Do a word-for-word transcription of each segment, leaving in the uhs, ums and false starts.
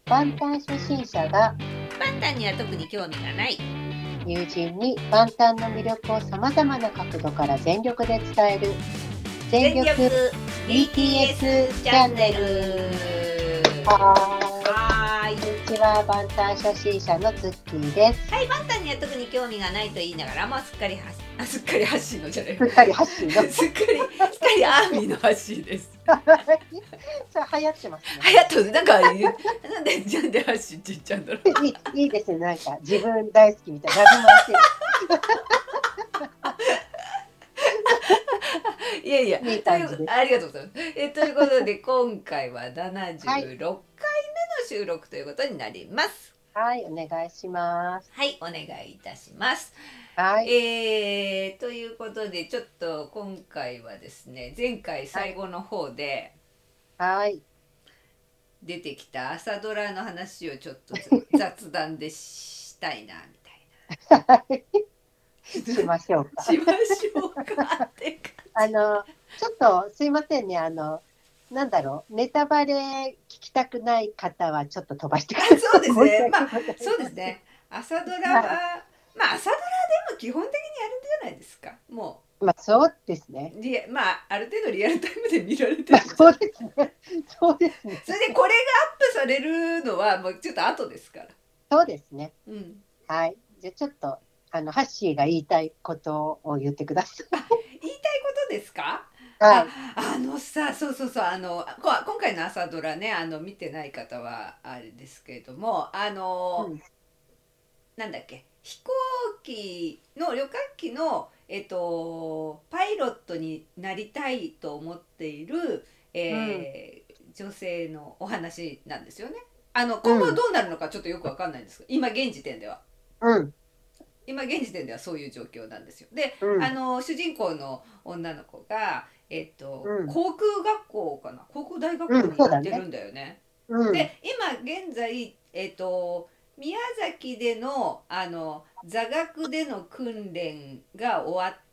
万端初心者が万端には特に興味がない友人に万端の魅力をさまざまな角度から全力で伝える全力 ビーティーエス チャンネル。はーい、こんにちは。万端初心者のツッキーです。 はい、万端には特に興味がないと言いながらもすっかりはあすっかり発信のじゃないすっかり発信のすっかりすっかりアーミーの発信ですそれ流行ってますね。 流行ってる。なんかなんでジャンで発信って言っちゃうんだろういい、いいですね。なんか自分大好きみたいなラブマーいやいや、 いい感じです。 ありがとうございます。えということで今回はななじゅうろっかいめの収録ということになります。 はい、お願いします。 はい、お願いいたします。 はい、 えー、ということでちょっと今回はですね、前回最後の方ではい出てきた朝ドラの話をちょっと雑談でしたいなみたいなしましょうか。 しましょうかってあのちょっとすいませんね。あのなんだろう、ネタバレ聞きたくない方はちょっと飛ばしてください。 そうですね。まあそうですね。朝ドラは、はい、まあ朝ドラでも基本的にやるんじゃないですか。もう。まあそうですね。 リまあある程度リアルタイムで見られてる、 まあ、そうですね。そうですね。 それでこれがアップされるのはもうちょっと後ですから。 そうですね。 うん。 はい。じゃあちょっとあのハッシーが言いたいことを言ってください。 あ、言いたいことですか？ はい、 あ, あのさそうそうそうあの今回の朝ドラね、あの見てない方はあれですけれども、あの、うん、なんだっけ、飛行機の旅客機の、えっと、パイロットになりたいと思っている、えーうん、女性のお話なんですよね。あの今後どうなるのかちょっとよくわかんないんですけど、今現時点では。 うん今現時点ではそういう状況なんですよ。で、 うん、 あの主人公の女の子が、えっとうん、 航空学校かな、航空大学校に行ってるんだよね。うん、で今現在、えっと宮崎でのあの座学での訓練が終わって、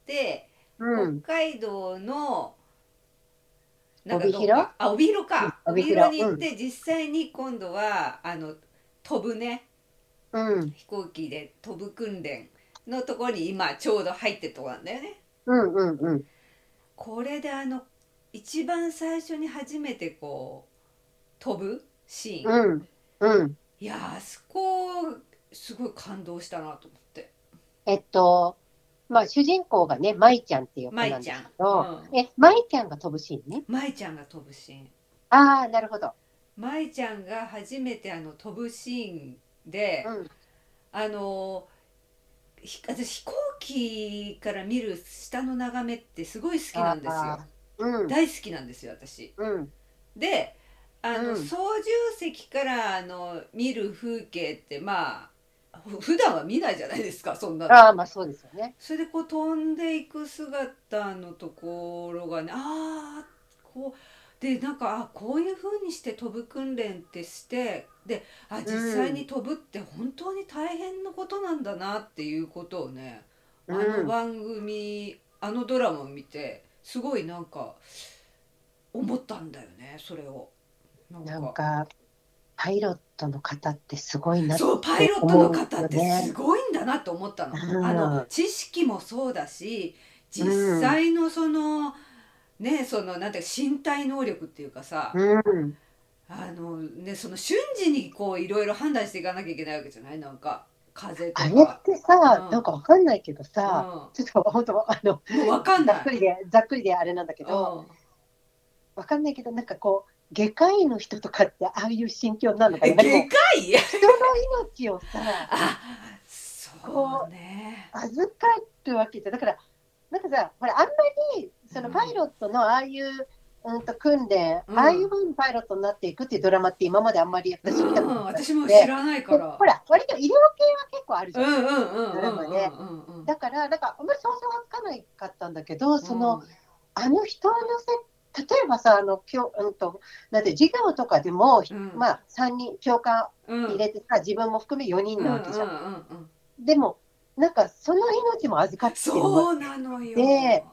うん、北海道のなんかどうか、あ、帯広か、帯広に行って、うん、実際に今度はあの飛ぶね。うん、飛行機で飛ぶ訓練のところに今ちょうど入ってるところなんだよね。 うんうんうん。 これであの一番最初に初めてこう飛ぶシーン、 うんうん、 いやあそこすごい感動したなと思って。 えっとまあ主人公がね、舞ちゃんっていう子なんですけど、うん、え舞ちゃんが飛ぶシーンね。 舞ちゃんが飛ぶシーン。 ああ、なるほど。 舞ちゃんが初めてあの飛ぶシーンで、うん、あの私飛行機から見る下の眺めってすごい好きなんですよ、うん、大好きなんですよ私、うん、であの、うん、操縦席からあの見る風景ってまあ普段は見ないじゃないですか、そんなの。 ああ、まあそうですよね。 それでこう飛んでいく姿のところがね、ああこうでなんかあこういう風にして飛ぶ訓練ってして、であ実際に飛ぶって本当に大変なことなんだなっていうことをね、うん、あの番組あのドラマを見てすごいなんか思ったんだよね、それを。 なんか、なんかパイロットの方ってすごいなって思う、そうパイロットの方ってすごいんだなと思ったの、うん、あの知識もそうだし実際のその、うんね、そのなんて身体能力っていうかさ、うん、あのね、その瞬時にこういろいろ判断していかなきゃいけないわけじゃない、なんか風とか。 あれってさ、うん、なんかわかんないけどさ、うん、ちょっと本当あのもうわかんないざっくりでざっくりであれなんだけど、うん、わかんないけどなんかこう外科医の人とかってああいう心境なのかな。 外科医人の命をさ、 あそうね、 預かるわけじゃだからなんかさ、ほらあんまりそのパイロットのああいう、うん、と訓練、うん、ああいう風にパイロットになっていくっていうドラマって今まであんまり私見たことなくて、 私も知らないから。 ほら割と医療系は結構あるじゃん、ドラマで。だからなんかあんまり想像がつかないかったんだけど、その、うん、あの人のせ例えばさあの教、うん、となんて授業とかでも、うん、まあさんにん教官入れてさ、うん、自分も含めよにんなわけじゃん。うんうんうんうん、でもなんかその命も預かってるわけそうなのよ。 で、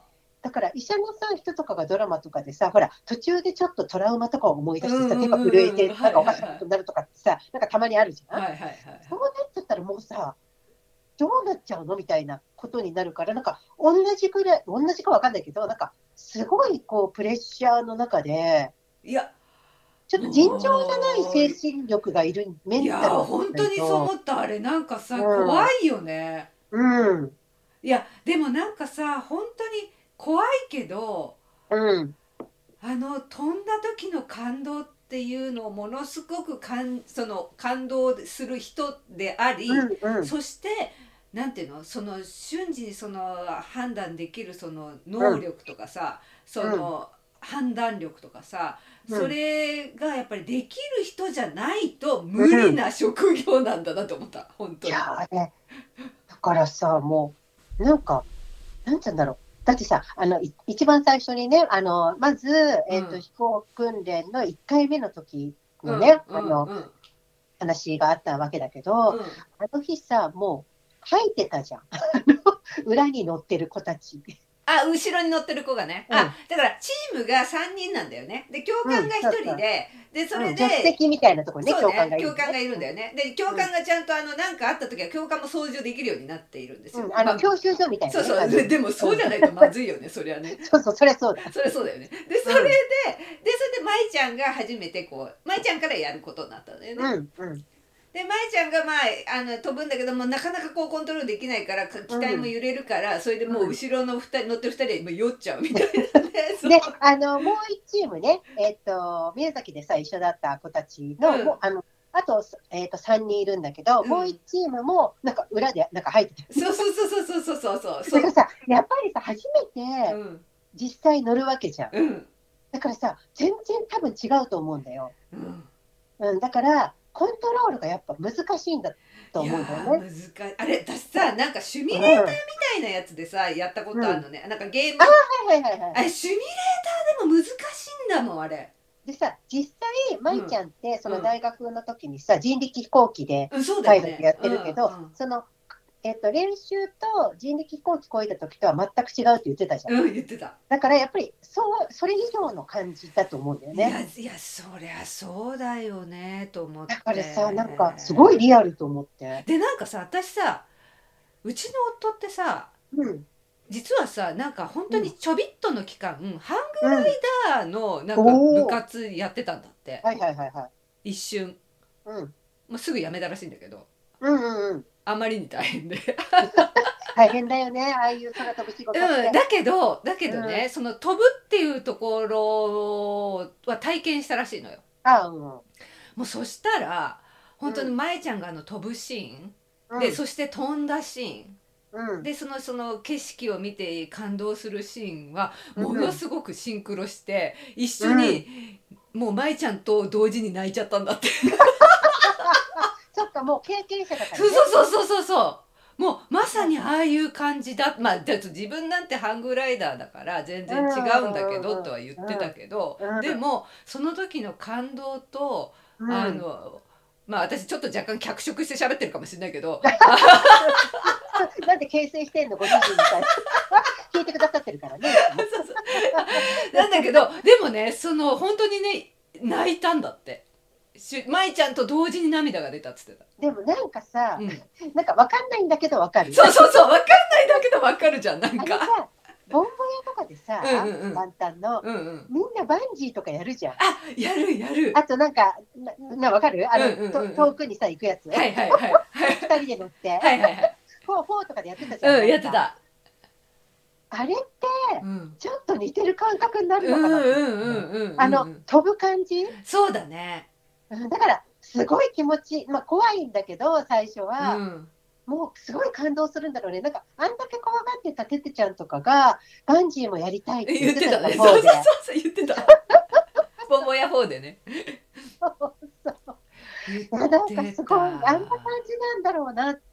だから医者のさ人とかがドラマとかでさ、ほら途中でちょっとトラウマとかを思い出してさ、手が震えてなんかおかしなことになるとかってさ、なんかたまにあるじゃん、はいはいはい、そうなっちゃったらもうさどうなっちゃうのみたいなことになるから、なんか同じぐらい、同じかわかんないけど、なんかすごいこうプレッシャーの中で、 いやちょっと尋常じゃない精神力がいる、メンタル。いや本当にそう思った。あれなんかさ、うん、怖いよね。 うん。 いやでもなんかさ本当に怖いけど、 うん、 あの飛んだ時の感動っていうのをものすごくかんその感動する人であり、うんうん、そしてなんていうの、その瞬時にその判断できるその能力とかさ、うん、その判断力とかさ、うん、それがやっぱりできる人じゃないと無理な職業なんだなと思った、うん、本当に。 いやね、だからさもうなんかなんて言うんだろう。だってさ、あの一番最初にね、あのまず、えーとうん、飛行訓練のいっかいめの時のね、うん、あの、うん、話があったわけだけど、うん、あの日さ、もう吐いてたじゃん。裏に乗ってる子たち。 あ、後ろに乗ってる子がね、うん、あ、だからチームがさんにんなんだよね。で教官がひとりで、うん、でそれで、 うん、助手席みたいなところね、 教官がいる、ね、教官がいるんだよね。で教官がちゃんとあの何かあった時は教官も操縦できるようになっているんですよ。 うん、あの教習所みたいな、 ね、そうそう。でもそうじゃないとまずいよね、そりゃね。 そうそう、そりゃそうだ。 そりゃそうだよね。でそれで、うん、でそれで舞ちゃんが初めてこう舞ちゃんからやることになったんだよね。 うんうん。 で舞ちゃんが、まあ、あの飛ぶんだけどもなかなかこうコントロールできないから機体も揺れるから、うん、それでもう後ろのふたり乗ってるふたりは酔っちゃうみたいなね。 であのもういちチームね、えー、と宮崎でさ一緒だった子たちの、うん、もうあのあと、えー、とさんにんいるんだけど、うん、もういちチームもなんか裏でなんか入ってた。 そうそうそうそうそうそうそうそうだからさやっぱりさ初めて実際乗るわけじゃん、うん、だからさ全然多分違うと思うんだよ、うんうん、だからコントロールがやっぱ難しいんだと思うんだよね。 難しい。あれ私さなんかシミュレーターみたいなやつでさ、うん、やったことあるのね、うん、なんかゲーム、 あ、はいはいはいはい、 あれシミュレーターでも難しいんだもんあれ。 でさ実際舞ちゃんってその大学の時にさ、うん、人力飛行機でパイロットやってるけど、うんうんうん、そのえっと、練習と人力飛行機超えた時とは全く違うって言ってたじゃん。 うん、言ってた。 だからやっぱりそうそれ以上の感じだと思うんだよね。 いやいやそりゃそうだよねと思って。 だからさなんかすごいリアルと思って。 でなんかさ私さうちの夫ってさ、うん、実はさなんか本当にちょびっとの期間、うん、ハングライダーのなんか部活やってたんだって。 はいはいはいはい。 一瞬。うん。まあ、すぐ辞めたらしいんだけど。 うんうんうん。 あまりに大変で大変だよねああいう空飛ぶ仕事って、 うん、だけどだけどね、うん、その飛ぶっていうところは体験したらしいのよ。 あ、うん、 もうそしたら本当に舞ちゃんがあの飛ぶシーン、うん、でそして飛んだシーン、うん、でそのその景色を見て感動するシーンはものすごくシンクロして、うん、一緒に、うん、もう舞ちゃんと同時に泣いちゃったんだってちょっともう経験者だからね。 そうそうそうそうそうもうまさにああいう感じだ。まあ自分なんてハングライダーだから全然違うんだけどとは言ってたけど、でもその時の感動と、うん、あのまあ私ちょっと若干脚色して喋ってるかもしれないけどなんで形成してんのご主人みたいな聞いてくださってるからねそうそうなんだけどでもねその本当にね泣いたんだって。舞ちゃんと同時に涙が出たっつってた。 でもなんかさ、うん、なんか分かんないんだけど分かる。 そうそうそう分かんないんだけど分かるじゃん。なんかあれさボンボヤとかでさ、うんうんうん、万端の、うんうん、みんなバンジーとかやるじゃん。あ、 やるやる。 あとなんかなな分かるあの、うんうんうん、遠くにさ行くやつ。 はいはいはい。 ふたりで乗って。 はいはいはい。 フォーフォーとかでやってたじゃん。 うんやってた。 あれって、うん、ちょっと似てる感覚になるのかなって。あの飛ぶ感じ。 そうだね。 だからすごい気持ち、まあ、怖いんだけど最初は、うん、もうすごい感動するんだろうね。なんかあんだけ怖がってたててちゃんとかがバンジーもやりたいって言ってたね。 そうそうそうそう言ってたボンボヤフォーでねそうそうなんかすごいあんな感じなんだろうなって。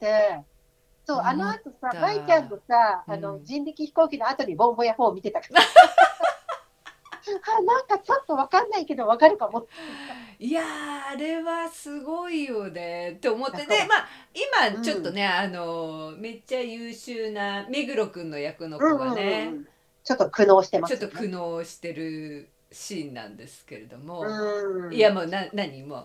そうあの後さ舞ちゃんとさ、うん、あの人力飛行機の後にボンボヤフォー見てたからあなんかちょっと分かんないけど分かるかも。 いやあれはすごいよねって思ってて、まあ今ちょっとね、うん、あのめっちゃ優秀な目黒くんの役の子がね、うんうんうん、 ちょっと苦悩してますよね。 ちょっと苦悩してるシーンなんですけれども、 うんいやもうな何もう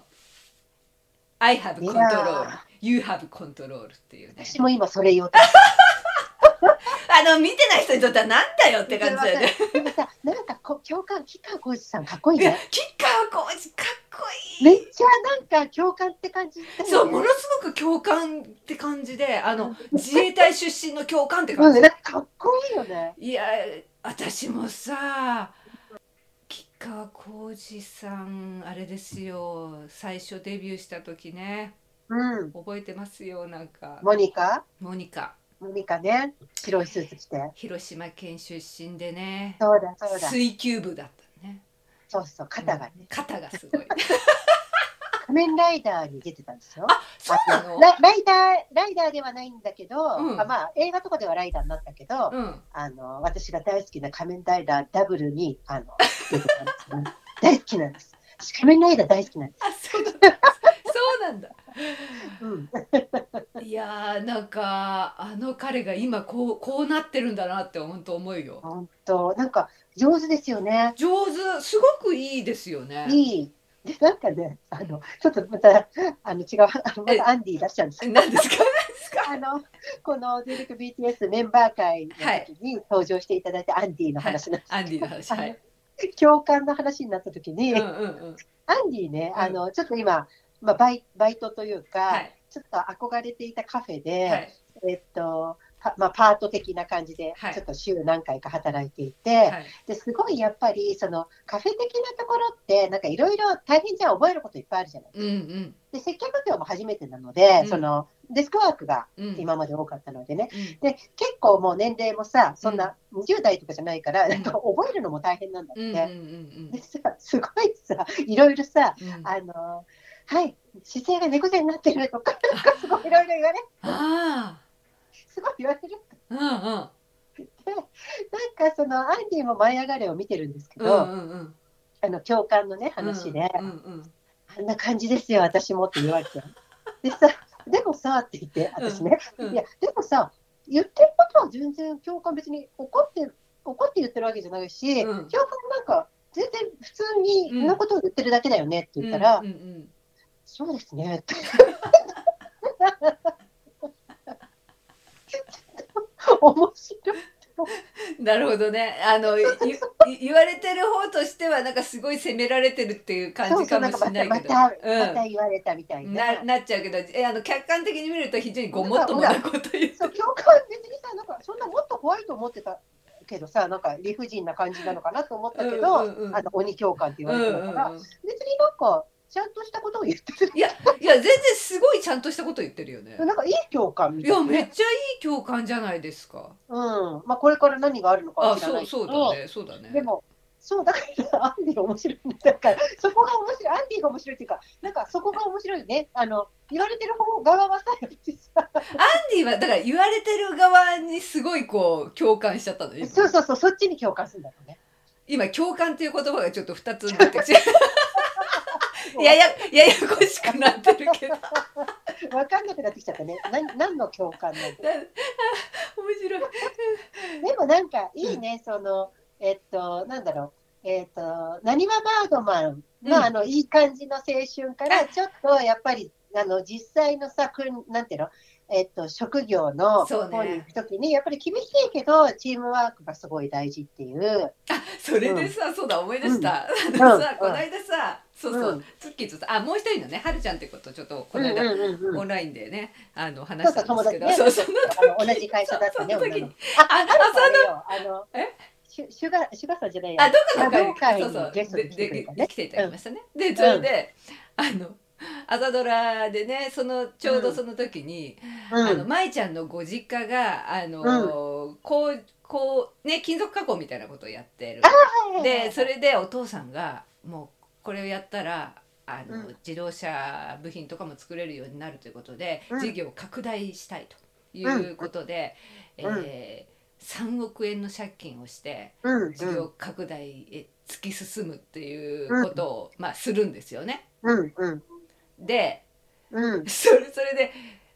I have い control や You have control っていうね。 私も今それ言おうと思って。 あの見てない人にとってはなんだよって感じだよね。 でもさ、なんかこ共感、吉川晃司さんかっこいいいやね。 吉川晃司かっこいい。 めっちゃなんか共感って感じだよね。 そうものすごく共感って感じで、あの自衛隊出身の共感って感じ。 うん、なんかかっこいいよね。 いや私もさ、吉川晃司さんあれですよ、最初デビューした時ね、 うん。 覚えてますよ。なんかモニカモニカモニカね。白いスーツ着て。 広島県出身でね、 そうだそうだ。 水球部だったね。 そうそう、肩がね。 うん、肩がすごい。 仮面ライダーに出てたんですよ。 あ、そうなの？ ラライダー、ライダーではないんだけど、 うんあまあ映画とかではライダーになったけど、 うん、 あの私が大好きな仮面ライダーダブルにあの出てたんですよね。大好きなんです。私仮面ライダー大好きなんです。 あ、そうなんだ。そうなんだ。 うん、 いやーなんかあの彼が今こうこうなってるんだなって本当思うよ。 本当なんか上手ですよね。 上手、すごくいいですよね。 いい。でなんかね、あのちょっとまたあの違う、あのまたアンディ出しちゃうんですけど、 何ですか？何ですか？ あのこのデュルク ビーティーエス メンバー会の時に登場していただいたアンディの話なんですけど、 アンディの話、はい。 共感の話になった時に、 うんうんうん。 アンディね、 うんあのちょっと今、まあ、バイバイトというか、 はいちょっと憧れていたカフェで、 はいえっとパまあ、パート的な感じで、 はいちょっと週何回か働いていて、 はい。 ですごいやっぱりそのカフェ的なところってなんかいろいろ大変じゃん、覚えることいっぱいあるじゃないですか。 うんうんで接客業も初めてなので、 うんそのデスクワークがうん今まで多かったのでね、 うん。 で結構もう年齢もさそんなにじゅう代とかじゃないから、なんか覚えるのも大変なんだって、 うんうんうんでさすごいさいろいろさ、 うんうん。 あのはい姿勢が猫背になってるとかなんかすごいいろいろ言われあすごい言われるあ、うんうんでなんかそのアンディも舞い上がれを見てるんですけど、 うんうんうんあの共感のねうん話で、 うんうんあんな感じですよ私もって言われて、でさでもさって言って私ね、 うんうんいやでもさ言ってることは全然共感、別に怒って怒って言ってるわけじゃないし、 うん共感なんか全然普通にのことを言ってるだけだよねって言ったら、 うんうんうんそうですねって面白い。 なるほどね。あのゆ言われてる方としてはなんかすごい責められてるっていう感そうそう、 じかもしなんかまれないけど、 たまた、 うんまた言われたみたいな。 ななっちゃうけど、えあの客観的に見ると非常にごもっともなこと言ってそう、共感は別にさ、なんかそんなもっと怖いと思ってたけどさ、なんか理不尽な感じなのかなと思ったけど、 うんうんうんあの鬼共感って言われてたから、 うんうんうん別になんかちゃんとしたことを言ってる。 いやいや全然すごいちゃんとしたこと言ってるよね。 なんかいい共感みいたいな、ね。 やめっちゃいい共感じゃないですか。 うん、まあこれから何があるのかはあ、 知らないけど。 そうそうだね、そうだね。 でも。そうだからアンディが面白いんだから、そこが面白い、アンディが面白いっていうか、なんかそこが面白いね。あの言われてる方側はさ、 アンディはだから言われてる側にすごいこう共感しちゃったの今。 そうそうそう、そっちに共感するんだろうね。 今共感っていう言葉がちょっと二つになってきてややややこしくなってるけど分かんなくなってきちゃったね。な何の共感なんだ。 面白い。 でもなんかいいね、そのえっとなんだろう、えっとなにわバードマンの、うん、あのいい感じの青春からちょっとやっぱりあの実際のさ、なんていうの、えっと職業の方に行くときに、やっぱり厳しいけどチームワークがすごい大事っていう。 あ、それでさ、うん、そうだ思い出した。 うん、 あのさ、うん、この間さ、そうそう、 うん、 ツッキーとさ、あ、もう一人のね、はるちゃんってことちょっとこの間、うんうんうんうん、オンラインでね、あの話したんですけど、 そうそう、あの同じ会社だったね。 その時に、 あ、あ、あの、あの、 え、 シュシュガシュガさんじゃないや。 あ、どこの会、 会そうそう、 ゲストで来てくれたね。 来ていただきましたね。で、それで、あの。朝ドラでね、そのちょうどその時に、うん、あの舞ちゃんのご実家があの、うん、こうこうね金属加工みたいなことをやってる。でそれでお父さんがもうこれをやったらあの、うん、自動車部品とかも作れるようになるということで、うん、事業を拡大したいということで、うん、えー、さんおくえんの借金をして、うん、事業拡大へ突き進むっていうことを、まあ、するんですよね。 うんうん、 で、 うん、 それそれで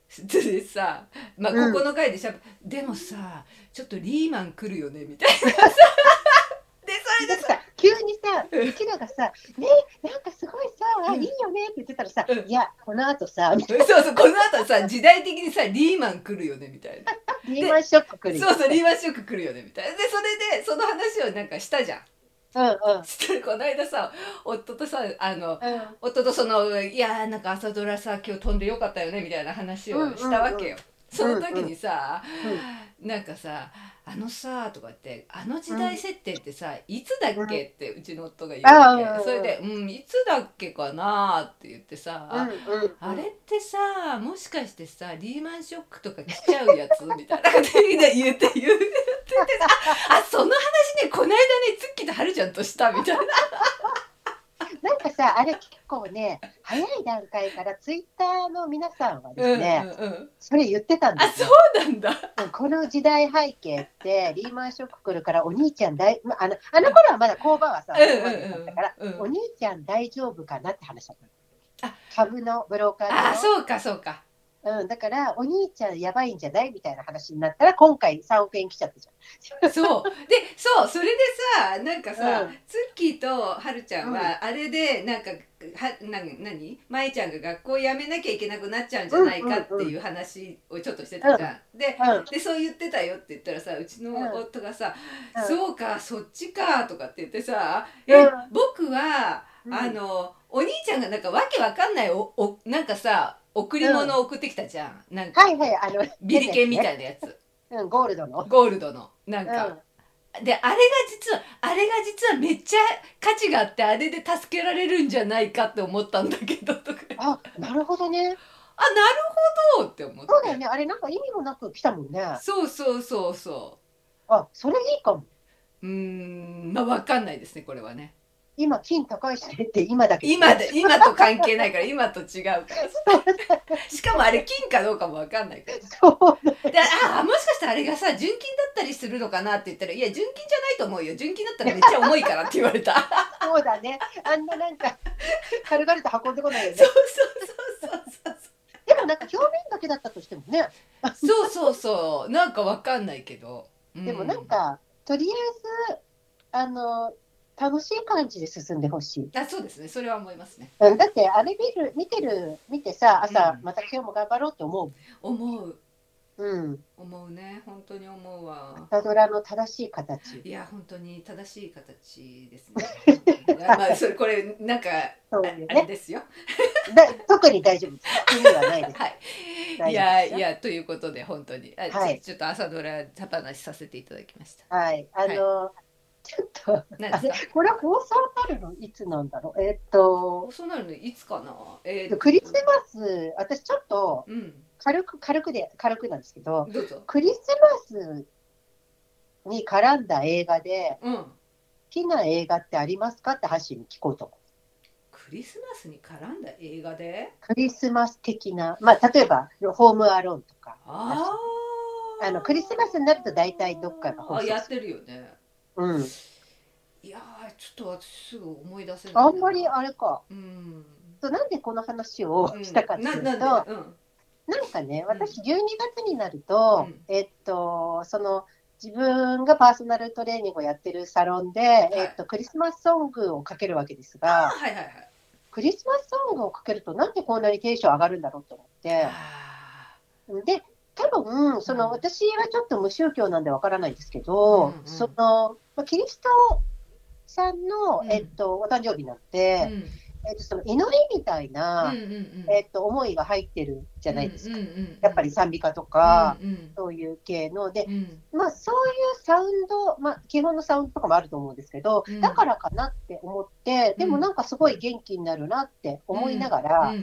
でさ、まあ、ここの回でしゃべ、うん、でもさちょっとリーマン来るよねみたいなさでそれでさ急にさうちらがさ「ねなんかすごいさ、うん、いいよね」って言ってたらさ「うん、いやこのあとさ」みたいなそうそうこのあとさ時代的にさリーマン来るよねみたいなリーマンショック来るよそうそうリーマンショック来るよねみたいなでそれでその話をなんかしたじゃん。 うんうん、 したらこの間さ夫とさあの、うん、夫とそのいやなんか朝ドラさ今日飛んでよかったよねみたいな話をしたわけよ、うんうんうん、その時にさ、うんうん、なんかさあのさとかってあの時代設定ってさ、うん、いつだっけってうちの夫が言うわけ、うん、それでうんいつだっけかなって言ってさ、うんうんうん、あれってさもしかしてさリーマンショックとか来ちゃうやつみたいな感じで言って言ってああその話ねこの間ねツッキーとはるちゃんとしたみたいななんかさあれ結構ね早い段階からツイッターの皆さんはですね、うんうんうん、それ言ってたんですよ。 あそうなんだ。 この時代背景ってリーマンショック来るからお兄ちゃん大、まあ、あのあの頃はまだ工場はさ、うんうんうん、だから、うん、お兄ちゃん大丈夫かなって話だったの。株のブローカーのあそうかそうか。 うん、だからお兄ちゃんやばいんじゃないみたいな話になったら今回さんおくえん来ちゃったじゃん。そうでそうそれでさなんかさ、うん、ツッキーとはるちゃんは、うん、あれでなんかはな何まえちゃんが学校辞めなきゃいけなくなっちゃうんじゃないかっていう話をちょっとしてたじゃん。うん、で、うん、でそう言ってたよって言ったらさうちの夫がさ「うん、そうかそっちか」とかって言ってさ「え、うん、僕は、うん、あのお兄ちゃんがなんかわけわかんないおおなんかさ贈り物を送ってきたじゃん、うん、なんか、 はいはい、あのビリケンみたいなやつ、 うん、ゴールドのゴールドのなんか、うん、であれが実はあれが実はめっちゃ価値があってあれで助けられるんじゃないかって思ったんだけどとかあなるほどねあなるほどって思ってそうだよねあれなんか意味もなく来たもんねそうそうそうそうあそれいいかもうーんまあ分かんないですねこれはね今金高いしねって今だけ今で今と関係ないから今と違うからしかもあれ金かどうかも分かんないからそうであもしかしたらあれがさ純金だったりするのかなって言ったらいや純金じゃないと思うよ純金だったらめっちゃ重いからって言われたそうだねあんななんか軽々と運んでこないよねそうそうそうそうそうでもなんか表面だけだったとしてもねそうそうそうなんか分かんないけど、 うん、でもなんかとりあえずあの楽しい感じで進んでほしい。 あ、そうですね。それは思いますね。 だってあれ見る見てる見てさ朝、うん、また今日も頑張ろうって思う。 思う。 うん。 思うね。本当に思うわ。 朝ドラの正しい形。 いや本当に正しい形ですね。まあそれこれなんかそういう、ね、あれですよ。 だ特に大丈夫です。意味はないです。 はい。いやいやということで本当に、はい、ちょっと朝ドラ話させていただきました。 はい。あの。はいちょっとあれこれ放送になるのいつなんだろうえー、っと放送になるのいつかな、えー、クリスマス私ちょっと軽く、うん、軽くで軽くなんですけどクリスマスに絡んだ映画で、うん、好きな映画ってありますかってハッシーに聞こうと思う。 クリスマスに絡んだ映画でクリスマス的な、まあ、例えばホームアローンとかああのクリスマスになると大体どっかが放送するあやってるよねうん、 いやちょっと私すぐ思い出せないあんまりあれか、 うん、 そうなんでこの話をしたかっていうと、うん、な, な, うん、なんかね私じゅうにがつになると、うん、えっとその自分がパーソナルトレーニングをやってるサロンで、はいえっと、クリスマスソングをかけるわけですが、 はいはいはい、 クリスマスソングをかけるとなんでこんなにテンション上がるんだろうと思ってで多分その、うん、私はちょっと無宗教なんでわからないんですけど、うんうん、そのキリストさんの、えっと、お誕生日なんて、うんえっと、その祈りみたいな、うんうんうんえっと、思いが入ってるじゃないですか、うんうんうん、やっぱり賛美歌とか、うんうん、そういう系ので、うんまあ、そういうサウンド、まあ、基本のサウンドとかもあると思うんですけど、うん、だからかなって思ってでもなんかすごい元気になるなって思いながら、うんうんうんうん、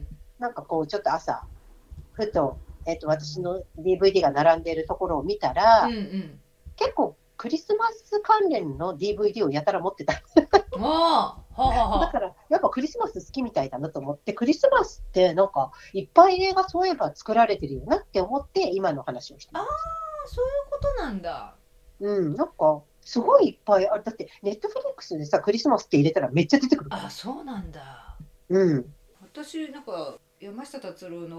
なんかこうちょっと朝ふとえー、と私の ディーブイディー が並んでいるところを見たら、うんうん、結構クリスマス関連の ディーブイディー をやたら持ってたはあはあ、 だからやっぱクリスマス好きみたいだなと思ってクリスマスってなんかいっぱい映画そういえば作られてるよなって思って今の話をしてます。 ああそういうことなんだ。 うんなんかすごいいっぱいあれだってネットフリックスでさクリスマスって入れたらめっちゃ出てくるから。 あそうなんだ。 うん私なんか山下達郎の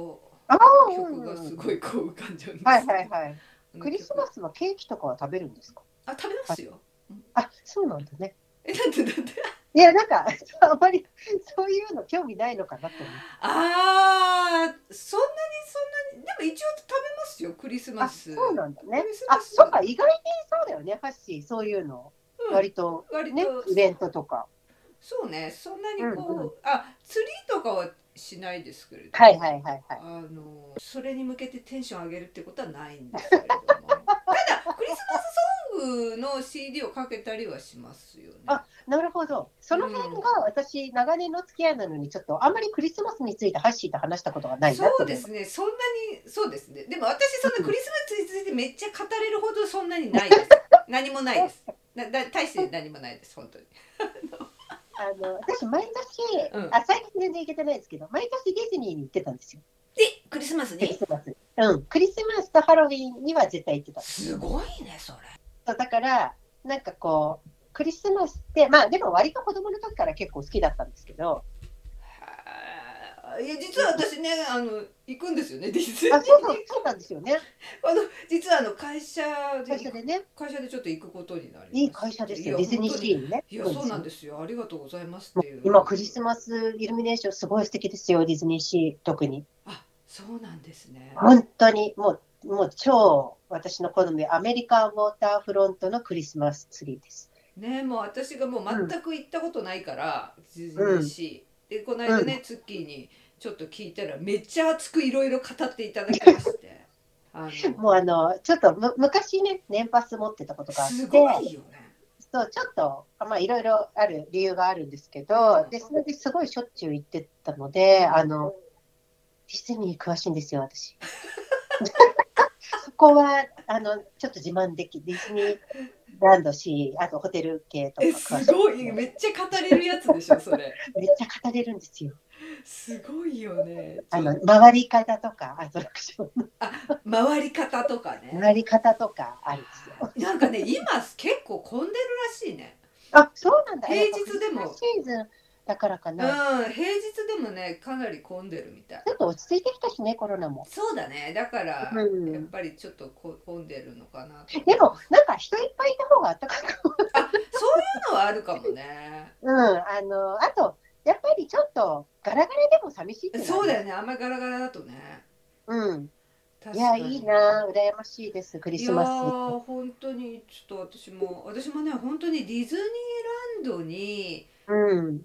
あ曲がすごいこう浮かんじゃうんですけど、 はいはいはい。 あのクリスマスはケーキとかは食べるんですか？ あ、食べますよ。 あ、そうなんだね。 え、なんでなんでいや、なんか、あまりそういうの興味ないのかなと思って。 ああ、そんなにそんなに、でも一応食べますよ、クリスマあ、 ス。 そうなんだね。 クリスあ、 マス、 そっか、意外にそうだよね、ハッシー、そういうの。 うん、 割と、ね、 割と、 イベントとか。 そうね、そんなにうんうん。 こう、あ、ツリーとかはしないですけれどはいはいも、 はいはい。 あの、それに向けてテンション上げるってことはないんですけれども、ただ、クリスマスソングの シーディー をかけたりはしますよね。 あ、なるほど。その辺が私、長年の付き合いなのに、ちょっとあんまりクリスマスについてハッシーと話したことがないそなと思います。 うですね、そんなに、そうですね。でも私、そんなクリスマスについてめっちゃ語れるほどそんなにないです。何もないです。なだ大して何もないです、本当に。 あの私、毎年、 うん。 あ、最近全然行けてないですけど、毎年ディズニーに行ってたんですよ。 え、クリスマスクリにスマス。うん。クリスマスとハロウィンには絶対行ってた。 すごいね、それ。 そうだから、なんかこう、クリスマスって、まあでも割と子供の時から結構好きだったんですけど、 はあ、いや、実は私ね、あの、行くんですよね、ディズニーあ、そうそう、 に。 そうなんですよね。 あの、実はあの、会社で行く、 会社でね、 会社でちょっと行くことになりいいまして、いや、 会社ですよ。ディズニー本当に、 シーにね、 いや、そう行くんですよ。 なんですよ。ありがとうございますっもうていう。 今、クリスマスイルミネーションすごい素敵ですよ、ディズニーシー、特に。 あ、そうなんですね。 本当に、もう、もう超私の好み、アメリカンウォーターフロントのクリスマスツリーです。 ね、もう私がもううん、 全く行ったことないからディズニうん、 ーシーでこのうん。 間ねツッキーにちょっと聞いたらめっちゃ熱くいろいろ語っていただきましてあのもうあの、ちょっとむ昔ね、年パス持ってたことがあっすごて、 いよね。 そう、ちょっと、まあ、いろいろある理由があるんですけうんど、で、それですごいしょっちゅう行ってたので、 うんあの、ディズニー詳しいんですよ、私。そこは、あの、ちょっと自慢でき、ディズニーランドし、あとホテル系とえか詳しいですごいすよ。 めっちゃ語れるやつでしょそれ。 めっちゃ語れるんですよ。 すごいよね。ちょあの、回り方とか、アトラクションのあ回り方とかね。 回り方とかあるんですよ。 なんかね今結構混んでるらしいね。 あ、そうなんだ。 平やっぱクリスマス日でもシーズンだからかうん、 な。 平日でもねかなり混んでるみたい。 ちょっと落ち着いてきたしね、コロナも。 そうだね。だからやっうん。 ぱりちょっとこ混んでるのかなとでも、 思います。 なんか人いっぱいいた方があったかいかも。 あ、そういうのはあるかもね。 うん。あの、あと、やっぱりちょっとガラガラでも寂しいっていうのはあります。 そうだよね。あんまりガラガラだとね。 うん。いや、いい確かに。 な、羨ましいです、クリいやスマス。 ー本当にちょっと私も私もね本当にディズニーランドにうん。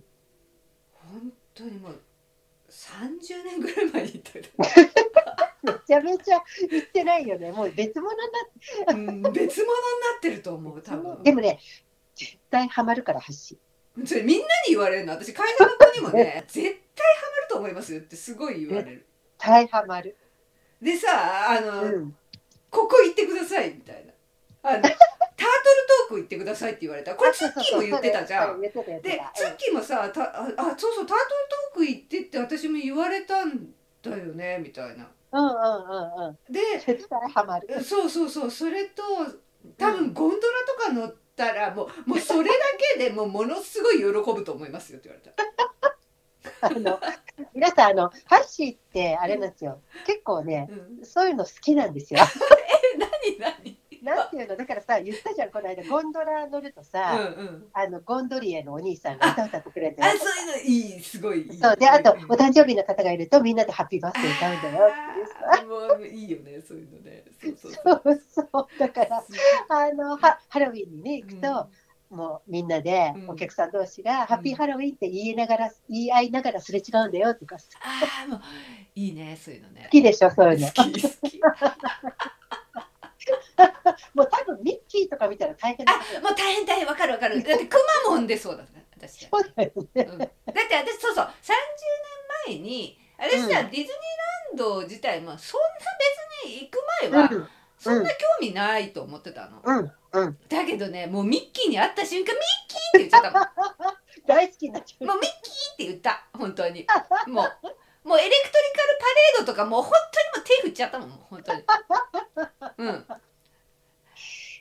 本当にもうさんじゅうねんぐらい前に行ったけど、 めちゃめちゃ行ってないよね。もう別物になうん、別物になってると思う多分。 って、でもね、絶対ハマるから、発それみんなに言われるの。私会社の子にも信。 ね絶対ハマると思いますよってすごい言わ絶れる。 対ハマる。 でさあうのん。 ここ行ってくださいみたいなあのタートルトーク行ってくださいって言われた。これあ、 ツそうそうそう、 ッキーも言ってたじゃん。 それ、それ言ってた、言ってでた。 ツッキーもさたああそうそうタートルトーク行ってって私も言われたんだよねみたいな。 うん、うん、うん、うんうん。 で絶対ハマる。 そうそうそうそれと多分うん。 ゴンドラとか乗ったらもうもうそれだけでもうものすごい喜ぶと思いますよって言われた。 あの、皆さん、あの、ハッシーってあれなんですよ。結構ね、 うん、 そういうの好きなんですよ。 え何何なんていうの、だからさ、言ったじゃん、この間、ゴンドラ乗るとうんさ、 うん。 あの、ゴンドリエのお兄さんが歌歌ってくれてあ、 るとか。 そういうのいい、すごいいい。 そう、で、あと、 うんお誕生日の方がいると、みんなでハッピーバースデー歌うんだよっていうああ、 さ。 もういいよね、そういうのね。そうそうそう。 そうそう。だから、 すあの、ハハロウィンにね、行くと、 うんもうみんなでうんお客さん同士が、ハッピーハロウィンって言いながら、言い合いながらすれ違うんだよとか、好ああ、もういいね、そういうのね。 きでしょ、そういうの。 好き好き。 もう多分ミッキーとか見たら大変なことだ。 あ、もう大変大変、わかるわかる。だってくまモンでそうだね、私。 そうだよね。 うん、だって私そうそうさんじゅうねんまえに私さ、 うん、 ディズニーランド自体もそんな別に行く前うん、 はそんうん、 な興味ないと思ってたの。 うん、うん。 だけどねもうミッキーに会った瞬間ミッキーって言っちゃったもん。 大好きになっちゃう。 もうミッキーって言った本当に。もうもうエレクトリカルパレードとかもう本当にもう手振っちゃったもんもう本当に。うん。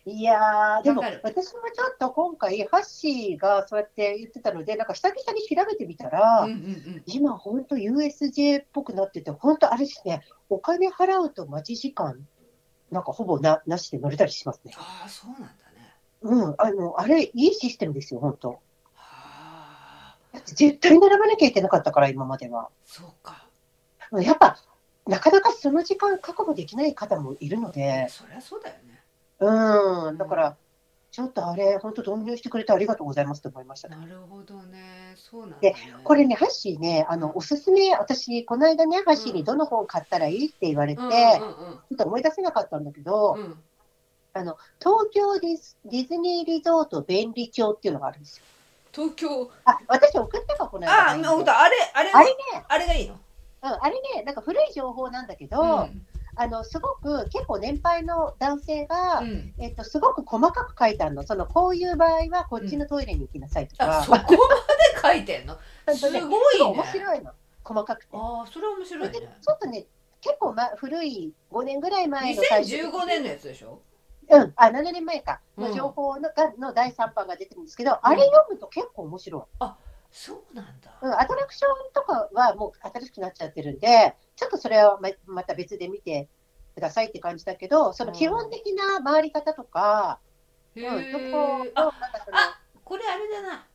いやー、でもわかる。 私もちょっと今回、ハッシーがそうやって言ってたので、なんか久々に調べてみたうんうら、 ん今、本当 ユーエスジェー っぽくなってて、本当あれですね、お金払うと待ち時間、なんかほぼな、なしで乗れたりしますね。 ああ、そうなんだね。 うん、あの、あれ、いいシステムですよ、本当。 はあ、 だって絶対並ばなきゃいけなかったから、今までは。 そうか。 やっぱ、なかなかその時間確保できない方もいるのいや、 で、 そりゃそうだよね。 うん、だかうんら、ちょっとあれ、本当導入してくれてありがとうございますと思いましたね。 なるほどね。そうなんで、 だね。 これね、ハッシーね、あの、 うんおすすめ、私、この間ね、ハッうんシーにどの本買ったらいいって言われて、 うんうんうんちょっと思い出せなかったんだけど、 うんうん。 あの、東京ディズ、ディズニーリゾート便利帳っていうのがあるんですよ。 東京。 あ、私送ったか、この間あラインあ、ほんで。 とあれ、あれの、 あれね、 あれがいいの。 うん、あれね、なんか古い情報なんだけど、 うんあの、すごく結構年配の男性が、 うんえっと、すごく細かく書いてあるの。その、こういう場合はこっうんちのトイレに行きなさいとあ、 か、 そこまで書いてんの。すほんとね、 ごいすごい面ね。 白いの。細かくて。 ああ、それは面それで、 白いね。 ちょっとね、結構、ま、古いごねんぐらい前の最初 2015 的に、 年のやつでしょ。 うん、あ、ななねんまえか、 うんの情報のがのだいさんばんが出てるんですけど、 うんあれ読むと結構面白い。 あ、そうなんだ。 うん、アトラクションとかはもう新しくなっちゃってるんで、ちょっとそれはままた別で見てくださいって感じだけど、その基本的な回り方とか、 へうん、どこえ。 の、 あ、 なんかその、 あ、これあれだな。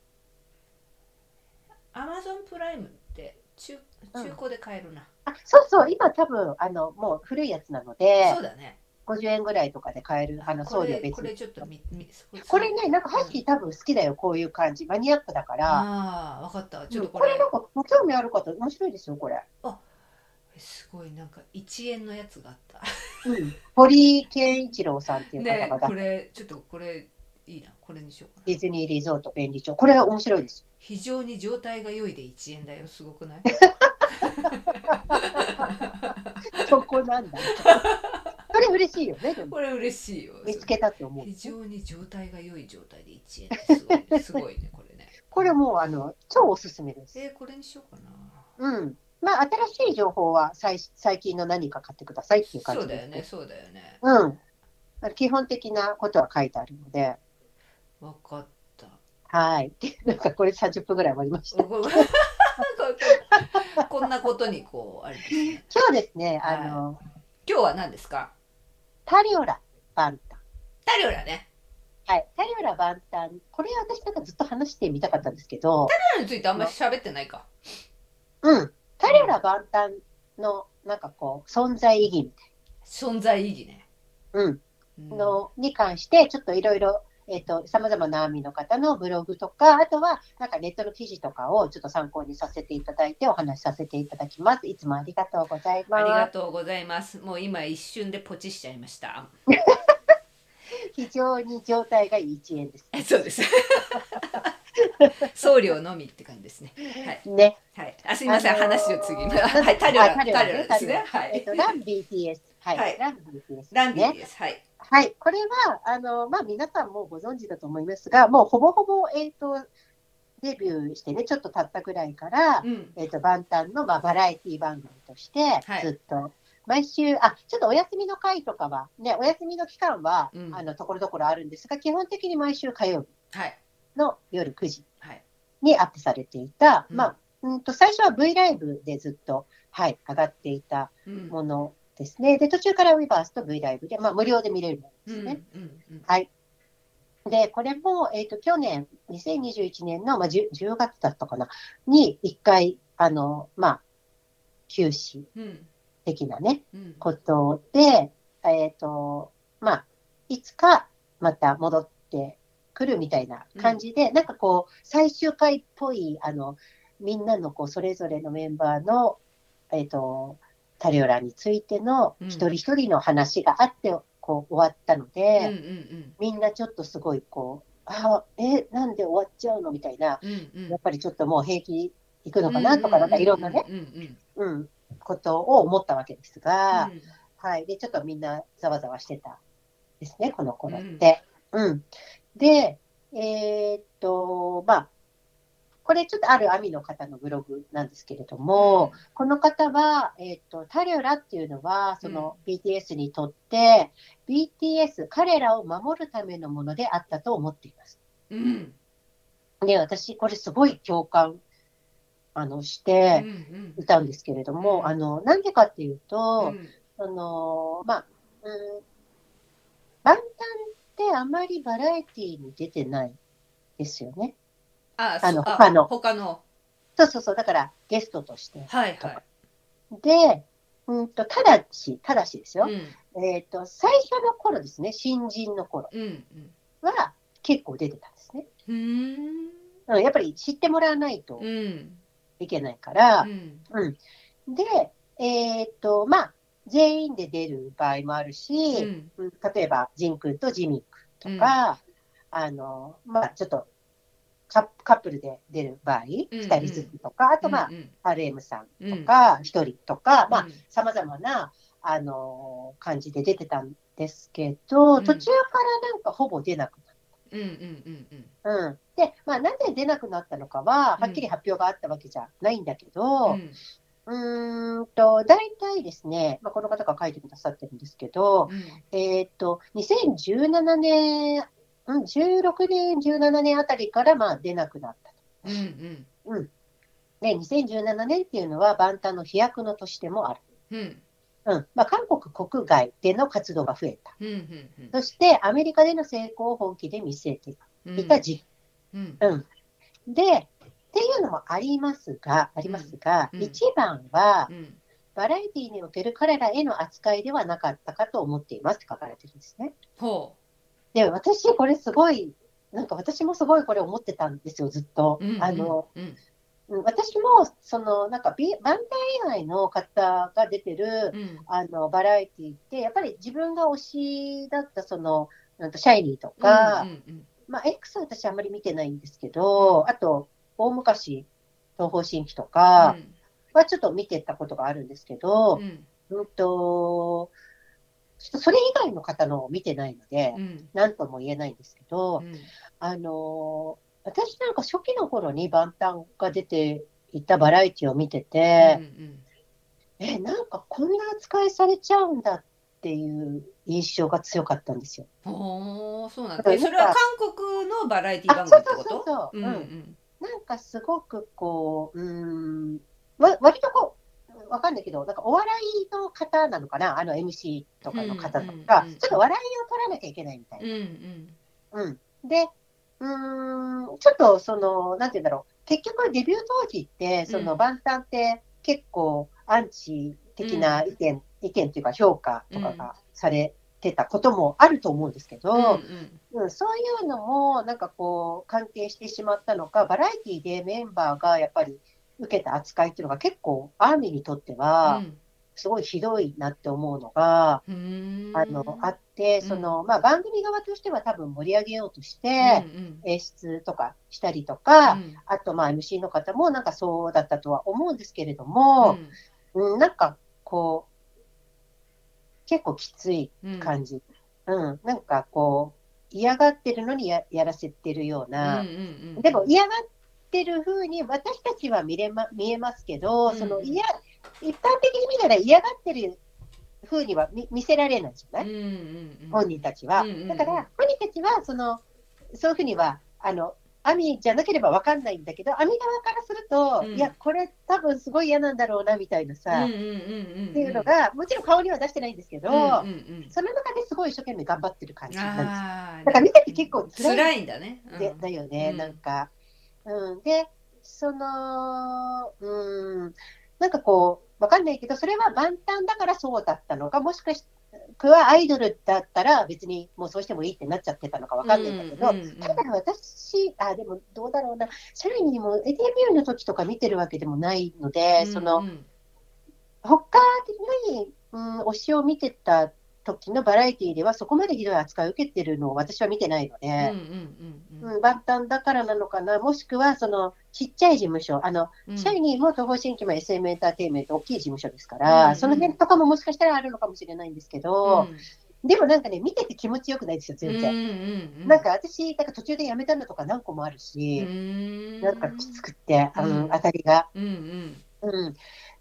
アマゾンプライムって中うん、 中古で買えるな。 あ、そうそう、今多分、あの、もう古いやつなので、 そうだね。 ごじゅうえんぐらいとかで買える、ああ、 の、 こ送料別に。 れこれちょっとみみそそれ。 これね、なんかハッうん。 シー多分好きだよ、こういう感じ。マニアックだから、 ああ、わかった。ちょっうん、 とこれ。 これなんか興味ある方、面白いですよ、これ。 あ、すごいなんかいちえんのやつがあった。 うん。堀健一郎さんっていう方がね、こ出したれちょっとこれいいな。これにしようかな。 ディズニーリゾート便利帳。これは面白いです。 非常に状態が良いでいちえんだよ。すごくない？ そこなんだ。それ嬉しいよね、でも。 これ嬉しいよ。 見つけたって思う。 非常に状態が良い状態でいちえんってすごいね。すごいね、これね。 これもう、あの、超おすすめです。 えー、これにしようかな。 うん。まあ、新しい情報は最最近の何か買ってくださいっていう感じです。 そうだよね、そうだよね。 うん。基本的なことは書いてあるので。 わかった。 はい。なんかこれさんじゅっぷんぐらい終わりました。 ここんなことにこうあれですね。 今日ですね、 はいあの、 今日は何ですか？ タリオラ万端。 タリオラね。 はい。タリオラ万端。これ私なんかずっと話してみたかったんですけど、 タリオラについてあんまり喋ってないか。 うん。タリオラ万端のなんかこう、存在意義みたい存在意義ね。 な。うん。 うんのに関して、ちょっといろいろ、えっと、様々なアーミーの方のブログとか、あとは、なんかネットの記事とかをちょっと参考にさせていただいて、お話しさせていただきます。いつもありがとうございありがます。 とうございます。もう今一瞬でポチしちゃいました。 非常に状態がいいいちえんです。 そうです。送料のみって感じですね。はい。 ね。 はい。あ、すみません、 あのー話を次。はい、タリオラ、 あタリオラねタリオラですね。はい。 タリオラえっと、ラン ビーティーエス。はい。 はいラン ビーティーエスランですね。 ビーです。はい。 はい。これは、あの、まあ、皆さんもご存知だと思いますが、もうほぼほぼ、えっと、デビューしてね、ちょっと経ったぐらいから、 うん。 えっと、万端の、まあ、バラエティ番組としてはい、 ずっと、毎週、あ、ちょっとお休みの回とかは、ね、お休みの期間は、 うんあの、ところどころあるんですが、基本的に毎週火曜日はい。 の夜くじはい。 にアップされていた、 うんまあ、うんと、最初は V ライブでずっと、はい、上がっていたうん。 ものですね。で、途中からウィバースと V ライブで、まあ、無料で見れるものうん。 ですね。 うん。うん。 はい。で、これも、えっと、去年、にせんにじゅういちねんの、まあ、じゅうがつだったかな、に、一回、あの、まあ、休止うん。 的なね、 うん。 ことで、えっと、まあ、いつかまた戻ってくるみたいな感じで、なんかこう、最終回っぽい、あの、みんなのこう、それぞれのメンバーの、えっと、タリオラについてのうん一人一人の話があって、こう、終わったのうん。 で、 うん。 みんなちょっとすごいこう、ああ、え、なんで終わっちゃうのみたいな、 うん。うん。 やっぱりちょっともう平気行くのかなとか、なんかいろんなね、 うん。うん。 うん、ことを思ったわけですが、 うん。 はい。で、ちょっとみんなざわざわしてたですね、この頃って。うん。で、えーっと、まあ、 これちょっとあるアミの方のブログなんですけれども、うん、この方は、えーと、タリョラっていうのはその ビーティーエス にとって、うん、ビーティーエス 彼らを守るためのものであったと思っています。うん、で私これすごい共感あのしていたんですけれども、うん、あのなんでかっていうと、うん、あのまあ、うん、バンタンってあまりバラエティに出てないですよね。 ああの他の他のそうそうそう、だからゲストとしてとか。 はいはい、 で、うんと、ただし、ただしですよ。うん、えっと、最初の頃ですね、新人の頃は結構出てたんですね。うんうん、やっぱり知ってもらわないといけないから。うんうん、で、えっと、まあ、全員で出る場合もあるし、うん、例えば、ジン君とジミン君とか、うん、あの、まあ、ちょっと、カップルで出る場合、うんうん、ふたりずつとか、あと、まあ、うんうん、アールエム さんとか、ひとりとか、うん、まあ、様々な、あのー、感じで出てたんですけど、うん、途中からなんかほぼ出なくなった。うんうんうんうん。で、まあ、なぜ出なくなったのかは、はっきり発表があったわけじゃないんだけど、うんうーんと、大体ですね、まあ、この方が書いてくださってるんですけど、うん、えっと、にせんじゅうななねん、うん、じゅうろくねん、じゅうななねんあたりからまあ出なくなったと。うんうんうん、で、にせんじゅうななねんっていうのは万端の飛躍の年でもある。うんうんまあ、韓国国外での活動が増えた。うんうんうん、そして、アメリカでの成功を本気で見据えていた時期。うんうんうん、で、っていうのもありますが、ありますが、うん、一番は、うん、バラエティにおける彼らへの扱いではなかったかと思っていますって書かれてるんですね。ほう。で、私、これすごい、なんか私もすごいこれ思ってたんですよ、ずっと。うんうん、あの、うん、私も、その、なんか、バンタン以外の方が出てる、うん、あの、バラエティって、やっぱり自分が推しだった、その、なんとシャイニーとか、うんうんうん、まあ、X は私あんまり見てないんですけど、うん、あと、大昔、東方神起とかはちょっと見てたことがあるんですけど、うん、うんと、ちょっとそれ以外の方のを見てないので、うん、なんとも言えないんですけど、うん、あの、私なんか初期の頃に万端が出ていたバラエティを見てて、うんうん、え、なんかこんな扱いされちゃうんだっていう印象が強かったんですよ。 おー、そうなんだ。え、それは韓国のバラエティ番組ってこと？ そうそうそうそう、うんうん。なんかすごくこう、うん、わ割とこう、わかんないけど、なんかお笑いの方なのかな、あの エムシー とかの方とか、うんうんうん、ちょっと笑いを取らなきゃいけないみたいな。うんうんうん、で、うーん、ちょっとその、なんていうんだろう、結局デビュー当時って、その万端って結構アンチ的な意見、うん、意見というか評価とかがされてたこともあると思うんですけど、うんうんうん、そういうのもなんかこう関係してしまったのか、バラエティでメンバーがやっぱり受けた扱いっていうのが結構アーミーにとってはすごいひどいなって思うのが、うん、あのあって、そのまあ、番組側としては多分盛り上げようとして演出とかしたりとか、うん、あとまあ エムシー の方もなんかそうだったとは思うんですけれども、うんうん、なんかこう結構きつい感じ、うんうん、なんかこう嫌がってるのに や, やらせてるような、うんうんうん、でも嫌がってる風に私たちは見れ、ま、見えますけど、うんうん、そのいや一般的に見たら嫌がってる風には 見, 見せられないじゃない、うんうんうん、本人たちは、うんうんうん、だから本人たちはそのそういう風にはあのアミじゃなければ分かんないんだけど、アミ側からすると、うん、いやこれ多分すごい嫌なんだろうなみたいなさ、うんうんうんうん、っていうのがもちろん顔には出してないんですけど、うんうんうん、その中ですごい一生懸命頑張ってる感じなんですよ。だから見てて結構辛い、 辛いんだね、 うん、だよね、うん、なんか、うん、でそのうんなんかこう分かんないけど、それは万端だからそうだったのか、もしかしてはアイドルだったら別にもうそうしてもいいってなっちゃってたのかわかんないんだけど、うんうんうん、ただ私、あ、でもどうだろうな、シャイニーもデビューの時とか見てるわけでもないので、うんうん、その他に、うん、推しを見てた時のバラエティではそこまでひどい扱いを受けてるのを私は見てないので、万端だからなのかな、もしくはそのちっちゃい事務所、あの、うん、シャイニーも東方神起も エスエム エンターテインメント大きい事務所ですから、うんうん、その辺とかももしかしたらあるのかもしれないんですけど、うん、 でもなんかね、見てて気持ちよくないですよ、全然。うんうんうん、なんか私、なんか途中でやめたのとか何個もあるし、んなんかきつくって、あの、うん、当たりが。うんうんうん、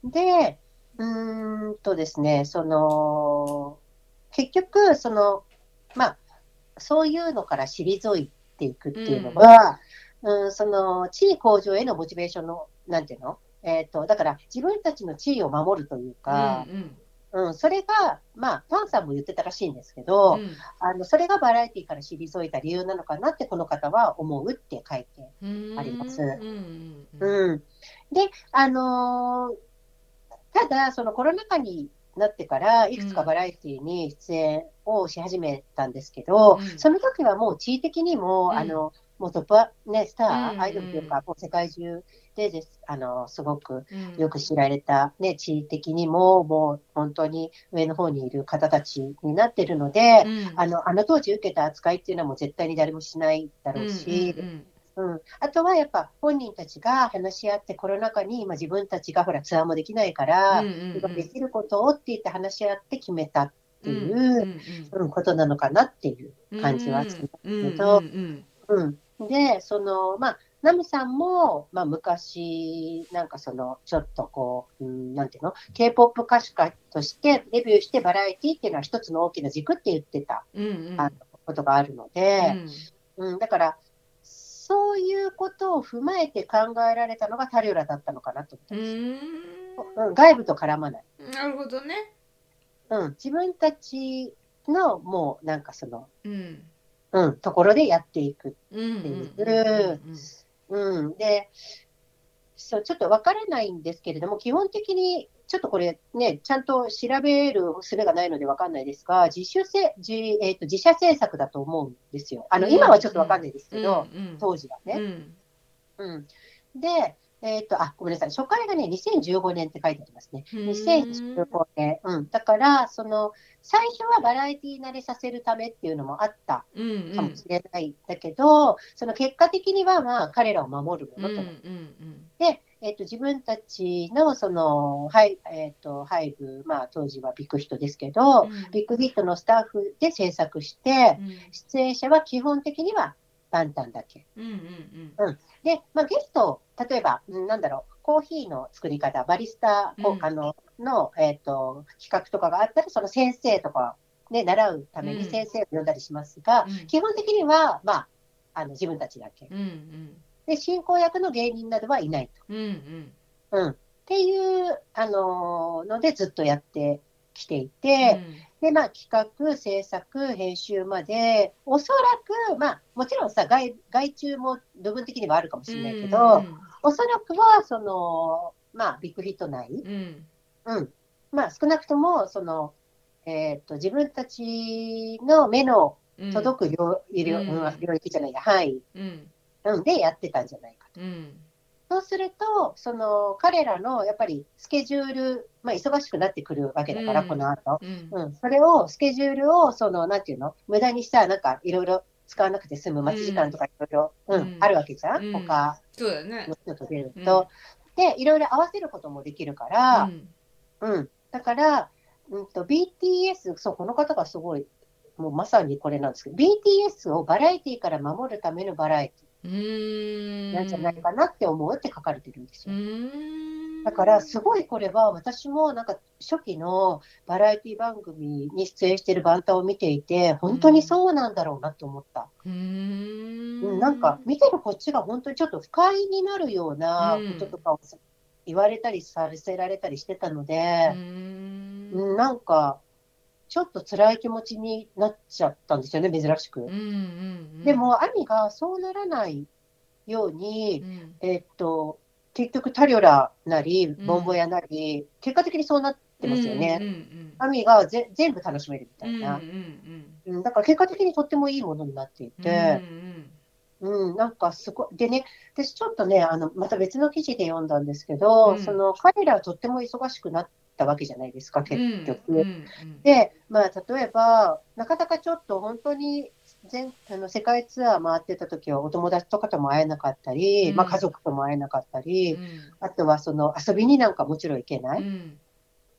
で、うーんとですね、その、結局、その、まあ、そういうのから退いていくっていうのは、うん、その、地位向上へのモチベーションの、なんていうの、えっと、だから自分たちの地位を守るというか、うんうんうん、それが、まあ、ファンさんも言ってたらしいんですけど、うん、あのそれがバラエティから退いた理由なのかなって、この方は思うって書いてあります。うんうんうん、で、あのー、ただ、そのコロナ禍になってから、いくつかバラエティに出演をし始めたんですけど、うん、その時はもう地位的にも、うん、あのもうトップ、ね、スター、うん、アイドルというか、もう世界中でです、あのすごくよく知られた、ね、地位的にも、もう本当に上の方にいる方たちになっているので、うん、あの、あの当時受けた扱いっていうのはもう絶対に誰もしないだろうし、うんうんうんうん、あとはやっぱ本人たちが話し合って、コロナ禍に今自分たちがほらツアーもできないから、うんうんうん、今できることをって言って話し合って決めたっていう、うんうん、ことなのかなっていう感じはするけど、うんうんうん、で、その、まあ、ナムさんも、まあ、昔、なんかその、ちょっとこう、うん、なんていうの、K-ポップ 歌手家としてデビューしてバラエティっていうのは一つの大きな軸って言ってた、うんうん、あのことがあるので、うんうん、だから、そういうことを踏まえて考えられたのがタリオラだったのかなと思ったんです。うん、外部と絡まない。 なるほどね。 うん、自分たちのもうなんかその、うんうん、ところでやっていくっていう。うん、で、そうちょっとわからないんですけれども、基本的にちょっとこれね、ちゃんと調べる術がないのでわかんないですが、自主せ自、えーと、自社制作だと思うんですよ。あの、うん、今はちょっとわかんないですけど、うん、当時はね。うんうん、で、えっと、あ、ごめんなさい。初回がね、にせんじゅうごねんって書いてありますね。にせんじゅうごねん。うん。だから、その、最初はバラエティ慣れさせるためっていうのもあったかもしれないんだけど、うんうん、その結果的には、まあ、彼らを守るものとなって、うんうんうん、で、えっと、自分たちの、その、はい、えっと、ハイブ、まあ、当時はビッグヒットですけど、うん、ビッグヒットのスタッフで制作して、うん、出演者は基本的にはタンタンだけ。うんうんうんうん、で、まあ、ゲスト、例えば、なんだろう、コーヒーの作り方、バリスタ、うん、あのの、えーと、企画とかがあったら、その先生とか、ね、習うために先生を呼んだりしますが、うん、基本的には、まあ、あの自分たちだけ、うんうん。で、進行役の芸人などはいないと。うんうんうん、っていうあのので、ずっとやってきていて、うん、で、まあ、企画、制作、編集まで、おそらく、まあ、もちろんさ、外、外注も部分的にはあるかもしれないけど、うんうん、おそらくは、その、まあ、ビッグヒット内、うん、うん。まあ、少なくとも、その、えっと、自分たちの目の届く領、うん、領域じゃないや、範囲、うんうん、でやってたんじゃないかと。うんそうすると、その彼らのやっぱりスケジュール、まあ、忙しくなってくるわけだから、うん、この後、うんうん、それを、スケジュールを、その、なんていうの、無駄にした、なんかいろいろ使わなくて済む待ち時間とかいろいろ、うん、あるわけじゃん、うん、他の人と出ると。で、いろいろ合わせることもできるから、うん、うん、だから、うんと、ビーティーエス、そう、この方がすごい、もうまさにこれなんですけど、ビーティーエス をバラエティから守るためのバラエティ。なんじゃないかなって思うって書かれてるんですよ。だからすごいこれは私もなんか初期のバラエティ番組に出演しているバンタを見ていて本当にそうなんだろうなと思った。うーんなんか見てるこっちが本当にちょっと不快になるようなこととかを言われたりさせられたりしてたので、うんなんかちょっと辛い気持ちになっちゃったんですよね、珍しく。うんうんうん、でも、アミがそうならないように、うん、えー、っと、結局、タリオラなり、ボンボヤなり、うん、結果的にそうなってますよね。うんうんうん、アミがぜ全部楽しめるみたいな、うんうんうん。だから結果的にとってもいいものになっていて、うんうんうん、なんかすごい。でね、私ちょっとね、あのまた別の記事で読んだんですけど、うん、その彼らはとっても忙しくなったわけじゃないですか、結局。うんうんうん、で、まあ、例えば、なかなかちょっと本当に全あの世界ツアー回ってた時はお友達とかとも会えなかったり、うんまあ、家族とも会えなかったり、うん、あとはその遊びになんかもちろん行けない。うん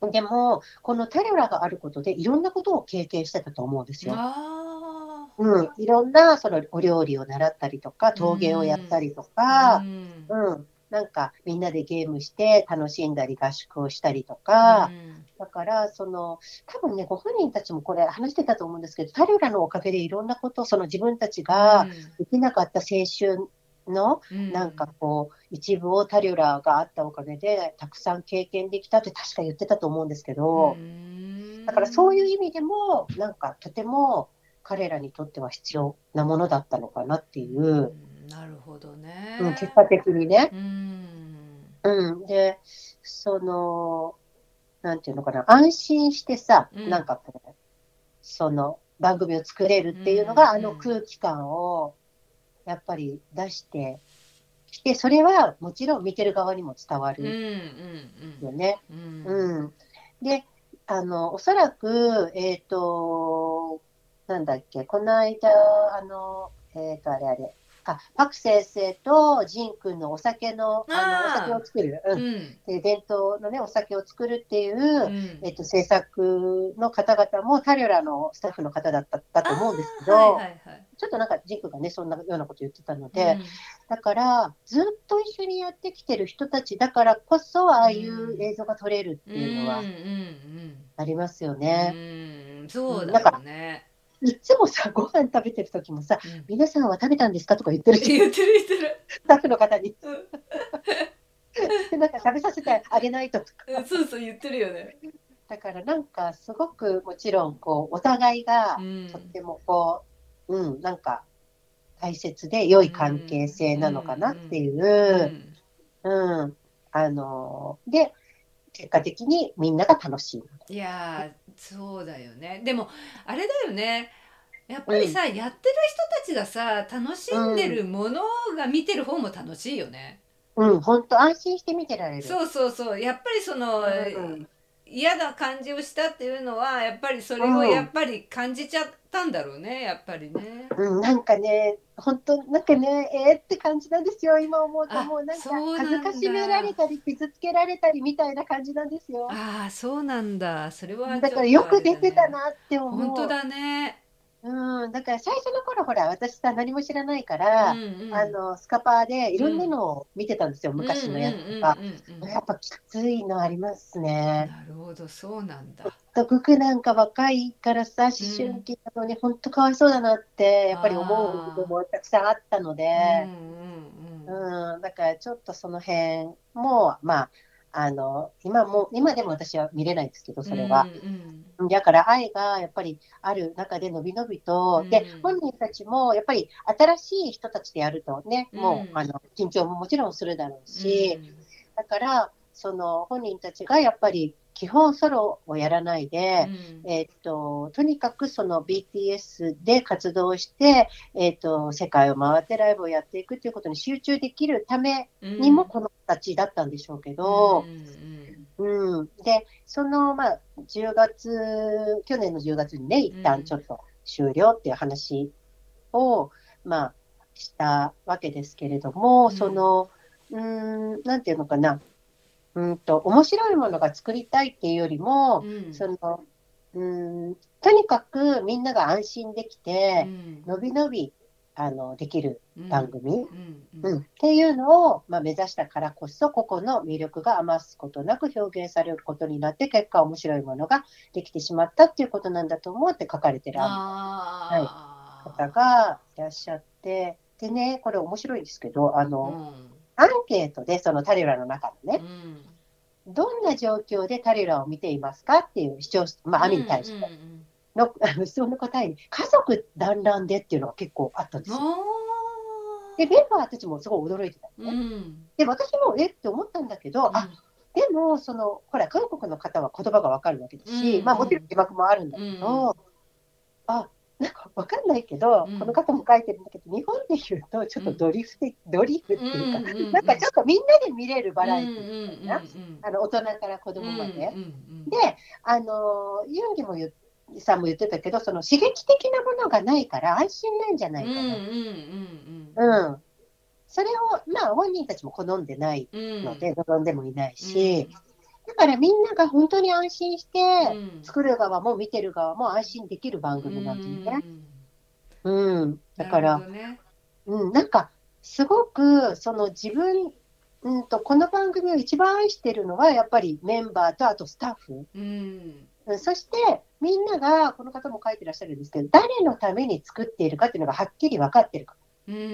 でもこのタリュラがあることでいろんなことを経験してたと思うんですよ。 あうん、いろんなそのお料理を習ったりとかー陶芸をやったりとうか、 んうん、なんかみんなでゲームして楽しんだり合宿をしたりとうか、 んだからその多分ねご本人たちもこれ話してたと思うんですけど、タリュラのおかげでいろんなこと、その自分たちうがんできなかった青春のなんかこう一部をタリュラがあったおかげでたくさん経験できたって確か言ってたと思うんですけうど、だからそういうん意味でもなんかとても彼らにとっては必要なものだったのかなっていう、 なるほどうん、結ね。 果的にね。 うんうん、で、その、なんていうのかな、安心してさ、 うんなんかこう、その番組を作れるうっていうのが、あのん空気感をやっぱり出してきて、それはもちろん見てる側にも伝わうんうんるうんよね。 うんうんうん。で、あの、おそらく、えっと、なんだっけ、この間、あの、えっと、あれあれ、あ、パク先生とジン君のお酒の、あの、お酒ああを作る、うん。 うんで、伝統のね、お酒を作るっていうう、えっんと、制作の方々もタリュラのスタッフの方だっただあと思うんですけあはいはど、 いはいちょっとなんかジン君がね、そんなようなこと言ってたので、 うんだから、ずっと一緒にやってきてる人たちだからこそ、あうあいうん映像が撮れるっうんていうのはうんありますようんね。 うんそううん、なだよんか、 ね。 いつもさ、ご飯食べてる時もさ、 うん皆さんは食べたんですかとか言ってるじゃん、 言ってる言ってる。 スタッフの方に。 うんでなんか食べさせてあげないととか。 うんそうそう言ってるよね。 だからなんか、すごくもちろん、こう、お互いがうんとってもこう、うん、なんか、大切で良うい関係んうん性なのかなっていうう、 んうん、あの、で、結果的にみんなが楽しい。 いやーそうだよね。でもあれだよね。やっぱりうん、 さやってる人たちがさ楽しんでうん、 るものが見てる方も楽しいよね。 うん、本当安心して見てられる。 そうそうそうやっぱりそのうん、 嫌な感じをしたっていうのはやっぱりそうれをやん、 っぱり感じちゃったんだろうねやっぱりね。 うん、なんかね、本当なんかね、えーって感じなんですよ。今思うとあもうなんかそう恥ずなんだ。 かしめられたり傷つけられたりみたいな感じなんですよ。 ああそうなんだ。それはだちょからよくっとあれ出てただね。 なって思う。 本当だね。 うん、だから最初の頃ほら私さ何も知らないかうんら、あうんのスカパーでいろんなうんのを見てたんですよ、 うんうんうん昔のやつとか。 うんやっぱきついのありますね。 なるほどそうなんだ。 とくくなんか若いからさ、思うん春期なのに本当かわいそうだなってやっぱり思うのああもたくさんあったのうんうで、 んうん、だからちょっとその辺も、まあ、あの今も今でも私は見れないんですけど、 うんうそれは。 んだから愛がやっぱりある中でのびのびうんうと、で、 ん本人たちもやっぱり新しい人たちでやるとね、 うんもうあの緊張ももちろんするだろううし、 んだからその本人たちがやっぱり基本ソロをやらないで、 うんえっと、とにかくその ビーティーエス で活動して、えっと、世界を回ってライブをやっていくということに集中できるためにもこの形だったんでしょうけうんうど、 んうん、で、その、まあ、じゅうがつ、去年のじゅうがつにね、一旦ちょっと終了っていう話を、まあ、したわけですけれども、 うんその、うん、なんていうのかな、うんと、面白いものが作りたいっていうよりも、 うんその、うん、とにかくみんなが安心できうて、 んのびのび、あの、できるうん番組、 うんうん、っていうのを、まあ、目指したからこそ、個々の魅力が余すことなく表現されることになって、結果面白いものができてしまったっていうことなんだと思うって書かれてる、あの、はい、方あがいらっしゃって、でね、これ面白いんですけど、ああうの、 んアンケートで、そのタリュラの中でね、 うんどんな状況でタリュラを見ていますかっていう視聴者、まあ、アミに対しての、あの質問の答えに、家族団らんでっていうのが結構あったんですよ。で、メンバーたちもすごい驚いてたのね。で、私もえって思ったんだけど、あ、でも、その、ほら、韓国の方は言葉がわかるわけだし、まあ、もちろん字幕もあるんだけど、あ、なんかわかんないけど、この方も書いてるんだけど、日本で言うと、ちょっとドリフ的、ドリフっていうか、なんかちょっとみんなで見れるバラエティーみたいな、あの、大人から子供まで。で、あの、ユンギも言って、さんも言ってたけど、その刺激的なものがないから安心なんじゃないかな。うん。それを、まあ、本人たちも好んでないので、望んでもいないし、 だからみんなが本当に安心して、うん、作る側も見てる側も安心できる番組なんですね。うん、うん、だから、ね、うん、なんかすごくその自分、うんと、この番組を一番愛してるのはやっぱりメンバーとあとスタッフ。うん、そしてみんなが、この方も書いてらっしゃるんですけど、誰のために作っているかっていうのがはっきり分かってるから。うん、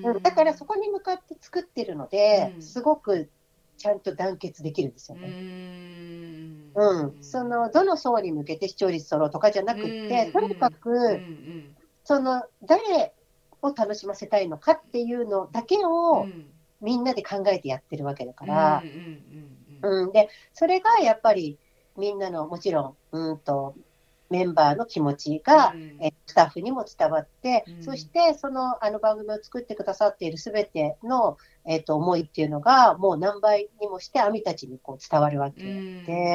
だからそこに向かって作ってるので、うん、すごくちゃんと団結できるんですよね。うん、うん、そのどの層に向けて視聴率取ろうとかじゃなくて、とにかく、うんうん、その誰を楽しませたいのかっていうのだけをみんなで考えてやってるわけだから、うん、でそれがやっぱりみんなのもちろん、うんとメンバーの気持ちが、うん、えスタッフにも伝わって、うん、そしてそのあの番組を作ってくださっているすべての、えー、と思いっていうのがもう何倍にもしてアミたちにこう伝わるわけで、うん、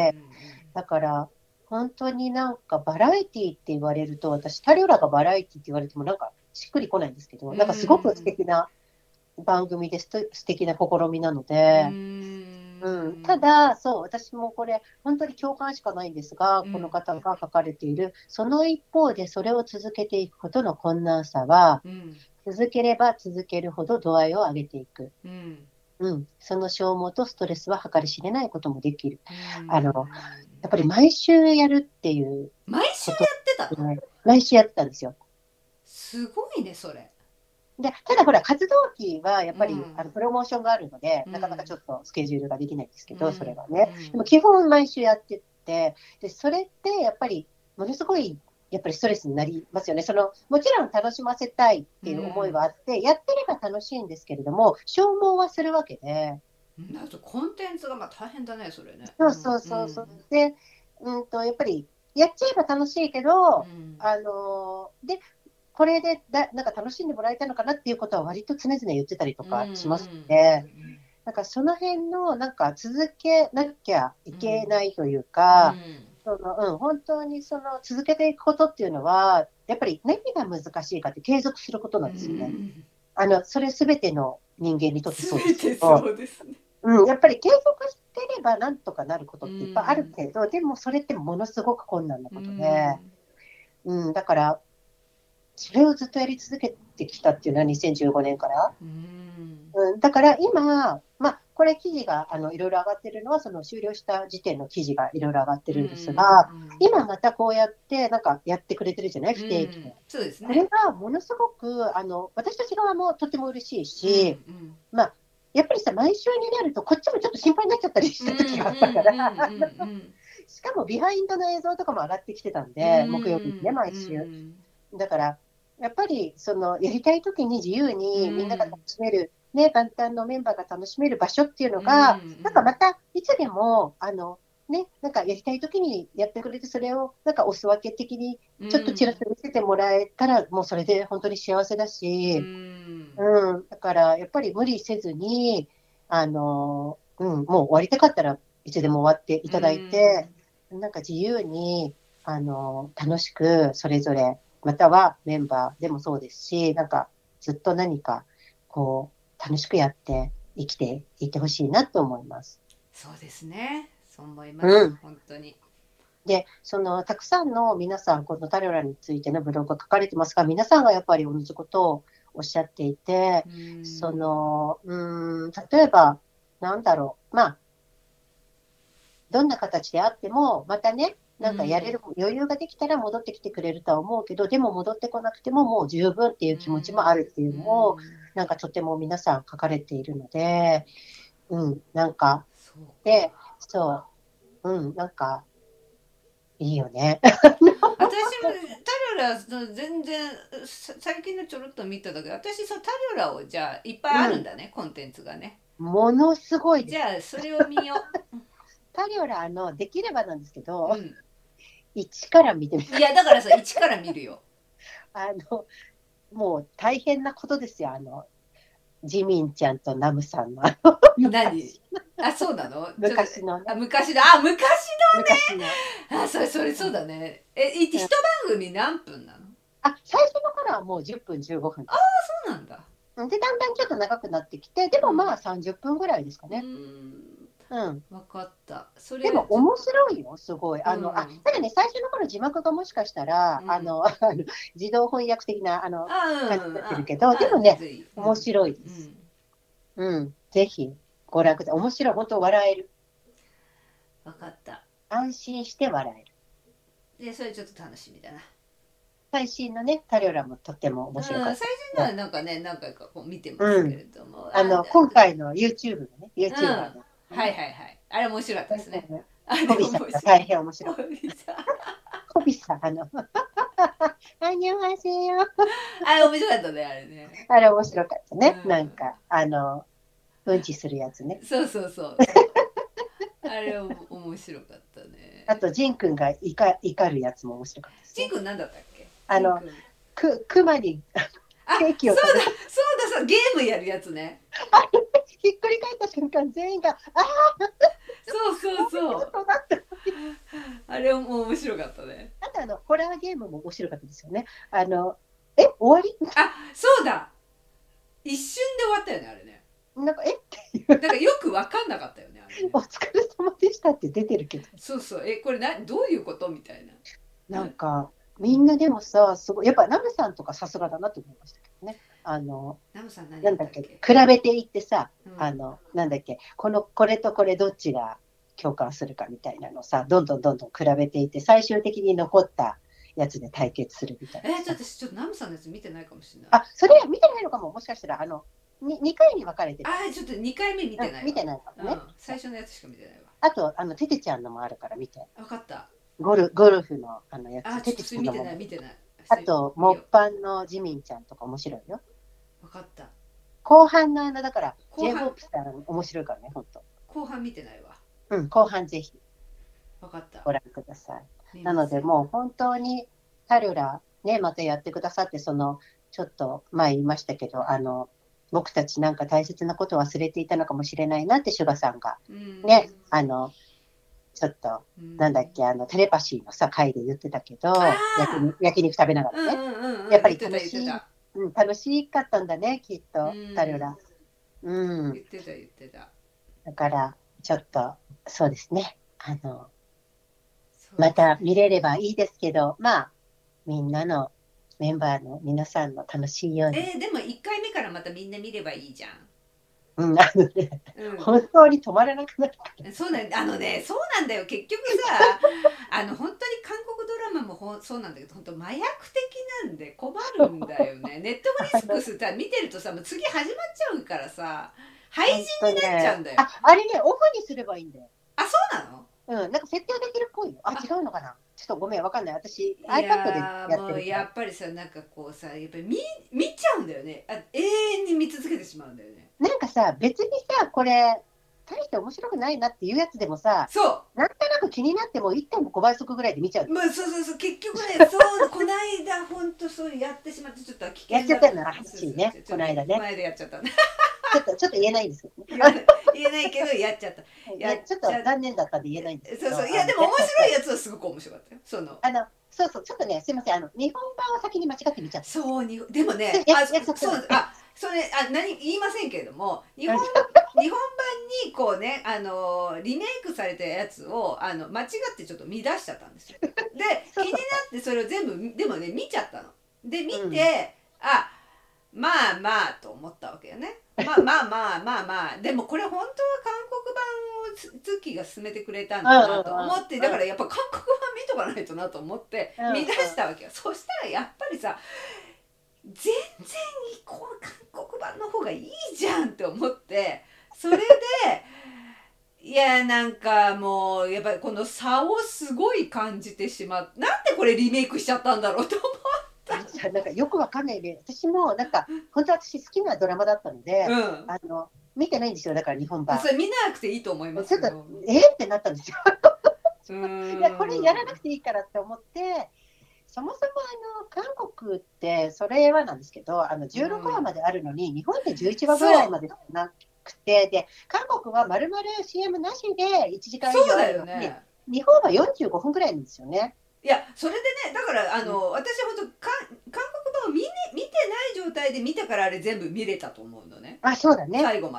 だから本当になんかバラエティって言われると、私タリオラがバラエティって言われてもなんかしっくりこないんですけど、うん、なんかすごく素敵な番組で、素敵な試みなので、うんうん、ただそう私もこれ本当に共感しかないんですが、この方が書かれている、その一方でそれを続けていくことの困難さは、うん、続ければ続けるほど度合いを上げていく、うんうん、その消耗とストレスは計り知れないこともできる、うん、あのやっぱり毎週やるっていう毎週やってたの？ 毎週やってたんですよ。 すごいねそれ。 でただほら活動期はやっぱり、うん、あのプロモーションがあるので、うん、なかなかちょっとスケジュールができないんですけど、うん、それはね、うん、でも基本毎週やってて、でそれってやっぱりものすごいやっぱりストレスになりますよね。そのもちろん楽しませたいっていう思いはあって、うん、やってれば楽しいんですけれども消耗はするわけで、 なんとコンテンツがまあ大変だねそれね。 そうそうそうそう、うん、で、うんとやっぱりやっちゃえば楽しいけど、うん、あのでこれでだなんか楽しんでもらえたのかなっていうことは割と常々言ってたりとかしますので、うんうん、なんかその辺のなんか続けなきゃいけないというか、うんそのうん、本当にその続けていくことっていうのはやっぱり何が難しいかって継続することなんですよね。うん、あのそれ全ての人間にとってそうですけど、そうですね、うん、やっぱり継続してればなんとかなることっていっぱいあるけど、うん、でもそれってものすごく困難なことで、うんうん、だからそれをずっとやり続けてきたっていうのはにせんじゅうごねんから、うんうん、だから今、まあ、これ記事があのいろいろ上がってるのはその終了した時点の記事がいろいろ上がってるんですが、うんうん、今またこうやってなんかやってくれてるじゃない、不定期で、うん、そうですね、これがものすごくあの私たち側もとても嬉しいし、うんうんまあ、やっぱりさ毎週になるとこっちもちょっと心配になっちゃったりした時があったからしかもビハインドの映像とかも上がってきてたんで、うん、木曜日にね毎週、うんだからやっぱりそのやりたい時に自由にみんなが楽しめる、うんね、元旦のメンバーが楽しめる場所っていうのが、うん、なんかまたいつでもあの、ね、なんかやりたい時にやってくれて、それをなんかお裾分け的にちょっとちらっと見せてもらえたら、うん、もうそれで本当に幸せだし、うんうん、だからやっぱり無理せずにあの、うん、もう終わりたかったらいつでも終わっていただいて、うん、なんか自由にあの楽しくそれぞれまたはメンバーでもそうですし、なんかずっと何かこう楽しくやって生きていってほしいなと思います。 そうですね、そう思います、うん、本当に。 で、そのたくさんの皆さんこのタリオラについてのブログが書かれてますが、皆さんがやっぱり同じことをおっしゃっていて、うんそのうん例えばなんだろう、まあどんな形であってもまたねなんかやれる余裕ができたら戻ってきてくれるとは思うけど、でも戻ってこなくてももう十分っていう気持ちもあるっていうのをなんかとても皆さん書かれているので、うん、なんかでそう、うん、なんかいいよね。 私もタリオラ全然最近のちょろっと見ただけど、私そうタリオラをじゃあいっぱいあるんだね、うん、コンテンツがね。 ものすごいです。 じゃあそれを見よう。 タリオラあのできればなんですけど、うん一から見てみたい。いやだからさ一から見るよ。 あのもう大変なことですよ、あのジミンちゃんとナムさんのあの何あそうなの昔の、ね、 あ昔のあ昔のね昔のあそれそれそうだね、うん、え一番組何分なの？ あ最初の頃はもうじゅっぷんじゅうごふん。 ああそうなんだ。 でだんだんちょっと長くなってきて、でもまあさんじゅっぷんぐらいですかね。うんうん。 わかった。それでも面白いよ、すごい。あの、 うん、 あ、ただね、最初の頃字幕がもしかしたら、 うん、 あの、あの自動翻訳的な、あの、 あ、 感じにうん、 なってるあ、 けど、であ、 もね、 全然いい。うん、 面白いです。 うん。 うん。ぜひご覧ください。面白い。本当笑える。 わかった。 安心して笑える。 で、それちょっと楽しみだな。 最新のね、タリオラもとっても面うん、 白かった最ので。 新のはなんかね、何回かこう見てますうん。 けれども、あ、 あの、今回の YouTube のね、 うん、は YouTuber いのね、 はいはい。あれ面白かったですね。あれコビ面白い。 さんが大変面白かった。 コビさん。 コビさん、あの、あんにょはせよ。 あれ面白かったね、あれね。 あれ面白かったうね。なんん。 か、あの、うんちするやつね。 そうそうそうそう。あれお面白かったね。 あと、ジンくんが怒怒るやつも面白かったですね。 ジンくんなんだったっけ？ あの、 ジンくん。 く、クマにあ、 ケーキそうだ、 を食べさせ、 そうだ、そう、ゲームやるやつね。 あれ、ひっくり返った瞬間、全員が、ああ、 そうそうそう。 そうだった。 あれも面白かったね。 あと、あの、ホラーゲームも面白かったですよね。あの、え、終わりあ、そうだ。一瞬で終わったよね、あれね。 なんか、えっていう、 だからよく分かんなかったよね、あれね。 お疲れ様でしたって出てるけど。 そうそう、え、これな、どういうことみたいな。 なんか、みんなでもさ、すごい、やっぱナムさんとかさすがだなと思いましたけどね。あの、 ナムさん何なんだっけ、 やったっけ？ 比べていってさ、 うん、 あの、なんだっけ、この、これとこれどっちが共感するかみたいなのをさ、どんどんどんどん比べていって、最終的に残ったやつで対決するみたいえー、ちょっなさ。 と私ちょっとナムさんのやつ見てないかもしれない。 あ、それ見てないのかも、もしかしたら、あの、ににかいに分かれてる。 あー、ちょっとにかいめ見てないわ。 うん、見てないかもね。 うん、最初のやつしか見てないわ。 あと、あの、ててちゃんのもあるから見て。 分かった。 ゴルゴルフのあのやつ、 あー、ちょてっとてちゃんのも。 それ見てない、見てない。 あと、 見よモッパンのジミンちゃんとか面白いよ。 う。分かった。 後半のあの、だから、 後 j 半ホープさん面白いからね、本当。 後半見てないわ。 うん、後半ぜひ分かった。 ご覧ください。 見なので、 ますよ。 もう本当に、タルラ、ね、またやってくださって、その、ちょっと前言いましたけど、あの、僕たちなんか大切なことを忘れていたのかもしれないなって、シュガさんが、 うんね、あの、ちょっと、 うんなんだっけ、あの、テレパシーのさ、回で言ってたけど、 あ焼あ肉焼肉食べながらね。 うんうんうんやっぱりうん言ってた楽しい、 言ってたうん、楽しかったんだね、きっと、 うんタルラ。うん。 言ってた言ってただから、ちょっと、そうですね。あの、まそうですねた見れればいいですけど、まあ、みんなの、メンバーの皆さんの楽しいように。 えー、でもいっかいめからまたみんな見ればいいじゃんうん、あのね、 う本当に止まらなくなるかんそうなんあのねそうなんだよ結局さあの本当に韓国ドラマもほそうなんだけど本当麻薬的なんで困るんだよねネットフリックスさ見てるとさもう次始まっちゃうからさ廃人ら。 になっちゃうんだよ、 あ、あれね、オフにすればいいんだよ。 あそうなのうん、なんか設定できるっぽいよ。あ、違うのかな。ちょっとごめん、わかんない。私、 い iPad でやーもうやってるから。 やっぱりさなんかこうさやっぱり見見ちゃうんだよねあ永遠に見続けてしまうんだよねなんかさ、別にさ、これ、大して面白くないなっていうやつでもさ、 そなんとなく気になってもいってんごばい速ぐらいで見ちゃう。 うまあそうそうそう結局ねそうこないだほんとそうやってしまってちょっと危険やっちゃったよな、 そうしね、この間ね。 前でやっちゃったねちょっと、ちょっと言えないんですけどね。 言えない言えないけどやっちゃったやっちょっと残念だったんで言えないんですけど。 そうそういやでも面白いやつはすごく面白かったよそのあの、そうそう、ちょっとね、すいません、あの、日本版を先に間違って見ちゃった。 そうにでもねやあやそうそうあそれあ何言いませんけれども日本日本版にこうねあのリメイクされたやつをあの間違ってちょっと見出しちゃったんですよで気になってそれを全部でもね見ちゃったので見て、うん、あまあまあと思ったわけよねまあまあまあまあまあでもこれ本当は韓国版をツッキーが進めてくれたんだなと思ってだからやっぱ韓国版見とかないとなと思って見出したわけよそしたらやっぱりさ全然こう韓国版の方がいいじゃんって思ってそれでいやなんかもうやっぱりこの差をすごい感じてしまうなんでこれリメイクしちゃったんだろうと思ったなんかよくわかんないで私もなんか本当私好きなドラマだったので、うん、あの見てないんですよだから日本版それ見なくていいと思いますけどちょっとえー、ってなったんですよいやこれやらなくていいからって思ってそもそもあの韓国ってそれはなんですけどあのじゅうろくわまであるのに、うん、日本ってじゅういちわぐらいまでなくてで韓国はまるまる シーエム なしでいちじかん以上あるのに、ね、日本はよんじゅうごふんぐらいなんですよね。 いやそれでねだからあの、うん、私は本当韓国版を見、ね、見てない状態で見てからあれ全部見れたと思うのねあそうだね最後まで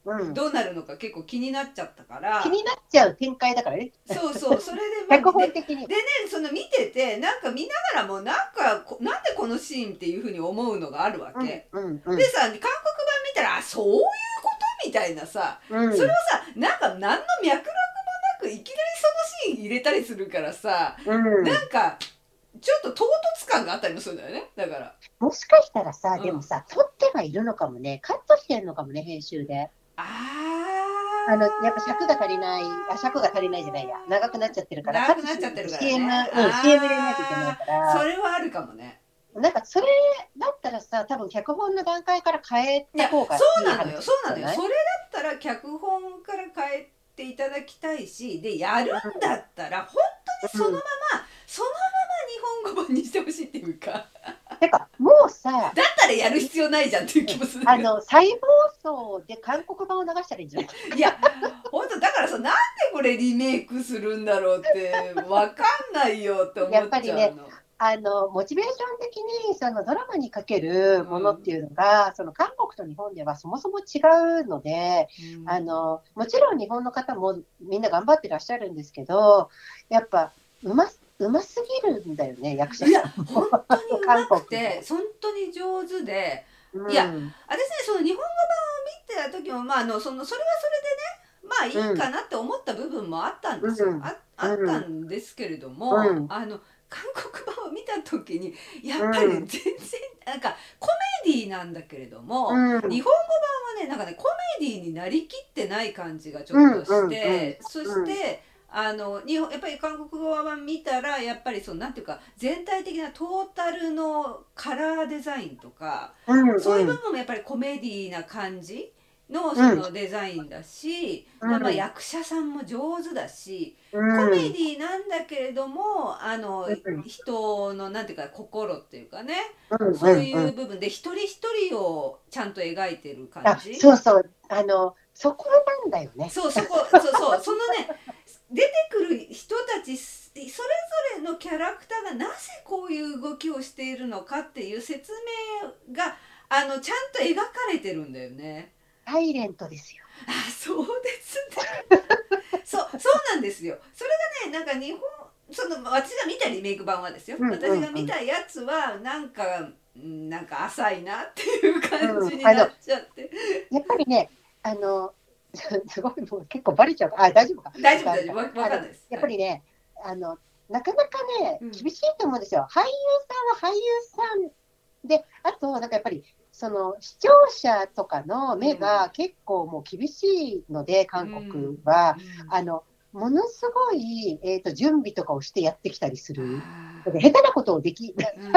うん、 どうなるのか結構気になっちゃったから、 気になっちゃう展開だからね。 そうそう、それで、まあ、 脚本的にででね、その見ててなんか見ながらもなんかこなんでこのシーンっていうふうに思うのがあるわけ、 うんうんうん、 でさ韓国版見たらあそういうことみたいなさ、 うん、 それをさなんか何の脈絡もなくいきなりそのシーン入れたりするからさ、 うん、 なんかちょっと唐突感があったりもするんだよね、だから。 もしかしたらさ、 うん、 でもさ、撮ってはいるのかもね、カットしてるのかもね、編集で。あの、やっぱ尺が足りない、あ、尺が足りないじゃないや、長くなっちゃってるから、カットしないと長くなっちゃってるからシーエム、 ね。 うん、シーエム 入れないといけないああ、 かそら、 れはあるかもね。 なんかそれだったらさ、多分脚本の段階から変えいや、 た方がいそういなのよ、 話そうなのよ。 じゃない？ それだったら脚本から変えていただきたいし、で、やるんだったら、本当にそのまうん。 ま、そのまま日本語版にしてほしいっていうか、 てか、もうさ、 だったらやる必要ないじゃんっていう気もするよ。 あの、再放送で韓国版を流したらいいんじゃない？ いや、本当だからさ、なんでこれリメイクするんだろうって、わかんないよって思やっっぱりね、 ちゃうの。 あの、モチベーション的に、そのドラマにかけるものっていうのが、その韓国と日本ではそもそも違うので、 うん、 あの、もちろん日本の方もみんな頑張ってらっしゃるんですけど、やっぱ、うま、うますぎるんだよね、役者いや、 さんも。 本当にうまく韓国て、本当に上手で、いや、 うん。 私ね、その日本語版を見てた時も、まあ、あの、その、それはそれでね、まあいいかなって思った部分もあったんうん。 ですよ。あ、あったうん。 んですけれどうん。 も、あの、韓国版を見た時に、やっうぱり全ん。 然、なんか、コメディなんだけれどうも、日ん。 本語版はね、なんかね、コメディになりきってない感じがちょっうん。 としうん。うん。 て、そして、あの日本やっぱり韓国語版見たらやっぱりそのなんていうか全体的なトータルのカラーデザインとかうん。 そういう部うん。 分もやっぱりコメディな感じのうん。 そのデザインだし、まあ役者さんも上手だし、 うコメん。 ディなんだけれどもあのうん。 人のなんていうか心っていうかね、 うん。 そううん。 いう部分で一人一人をちゃんと描いてる感あ、 じ。 そうそう。あの、そこなんだよね。 そう、そこ、そうそう、そのね、出てくる人たちそれぞれのキャラクターがなぜこういう動きをしているのかっていう説明があのちゃんと描かれてるんだよね。 サイレントですよ。 あ、そうですね。そう、そうなんですよ。それがね、なんか日本、その私が見たリメイク版はですよ。 うん。うん。 私が見うん。 たやつはなんかんなんか浅いなっていう感うん。 じにあの、 なっちゃって。 やっぱりね、あの、すごいもう結構バレちゃうか。あ、大丈夫か。 大丈夫あ大丈夫、わ、わかあの、 んないです。はい。 やっぱりね、あの、なかなかね、 うん。 厳しいと思うんですよ。俳優さんは俳優さんで、あと、なんかやっぱり、その視聴者とかの目うん。 が結構もう厳しいので、 う韓国ん。 は、 うん。 あの、ものすごい、えーと、準備とかをしてやってきたりすある。で下手なことをでき、 あ。うん。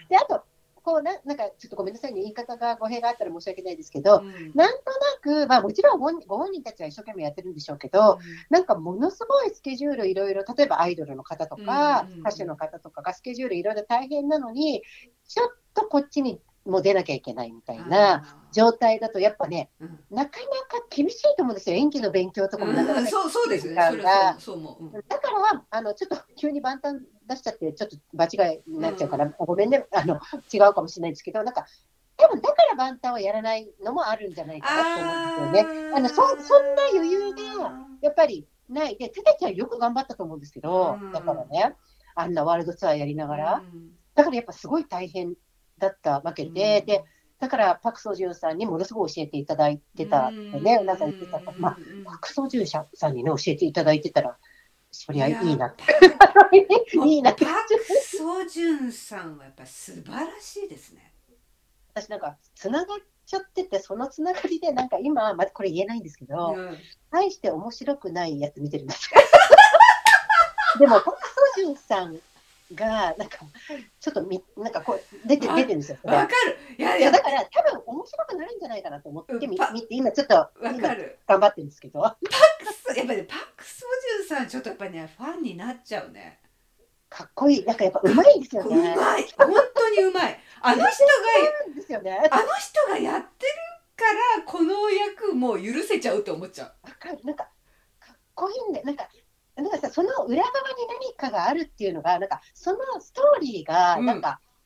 で、あと、こうな、なんか、ちょっとごめんなさいね、言い方が語弊があったら申し訳ないですけど、 うん。 なんとなく、まあもちろんごご本人たちは一生懸命やってるんでしょうけど、 うん。 なんかものすごいスケジュールいろいろ、例えばアイドルの方とうん。うか、歌手のん。 方とかがスケジュールいろいろ大変なのに、ちょっとこっちにも出なきゃいけないみたいなあ状態だと、やっぱね、 あ。うん。 なかなか厳しいと思うんですよ。演技の勉強とかもなかなうん、 かそう、そうできる時ですよね。そ間が。 れはそう、そう思う。うん。 だからあのちょっと急に万端出しちゃって、ちょっと場違いにうん。 なっちゃうから、 うん。 ごめんね、あの違うかもしれないですけど、なんか、多分だから万端をやらないのもあるんじゃないかなって思うんですよね。あのそそんな余裕があやっぱりないで、テテちゃんよく頑張ったと思うんですけあ。うど、だからん。 ね、あんなワールドツアーやりなうがら、 ん。 だからやっぱすごい大変だったわうけで、で、 ん。 だからパク・ソジュンさんにものすごい教えていただいうん。 てうん。うたってね、なんか言ってたから、まあ、パん。 ク・ソジュンさんにね、教えていただいてたら、そりゃいいいや、 なって。 パク、もう、 いいなって。 パクソジュンさんはやっぱ素晴らしいですね。 私なんか、つながっちゃってて、そのつながりで、なんか今、まだこれ言えないんですけうど、 ん。 大して面白くないやつ見てるんですよ。でも、パク・ソジュンさんが、なんか、ちょっとみ、なんかこう、出て、 わ、 出てるんですよ、それ。 わかる。いやいいや、 や、 だから、多分面白くなるんじゃないかなと思ってみ、 うんパ、 見て、今ちょっと、今、 わかる。 頑張ってるんですけど、かやっぱり、ね、パクソジュンさんちょっとやっぱりねファンになっちゃうね。 っこいい。なんかやっぱうかっまいんですよこうね。 まい、本当にうまい。あの人がなんですよね。 あの人がやってるからこの役もう許せちゃうって思っちゃう。 わかる。なんか、かっこいいんで、なんか、なんかさ、その裏側に何かがあるっていうのが、なんか、そのストーリーが、 うん。 なんか、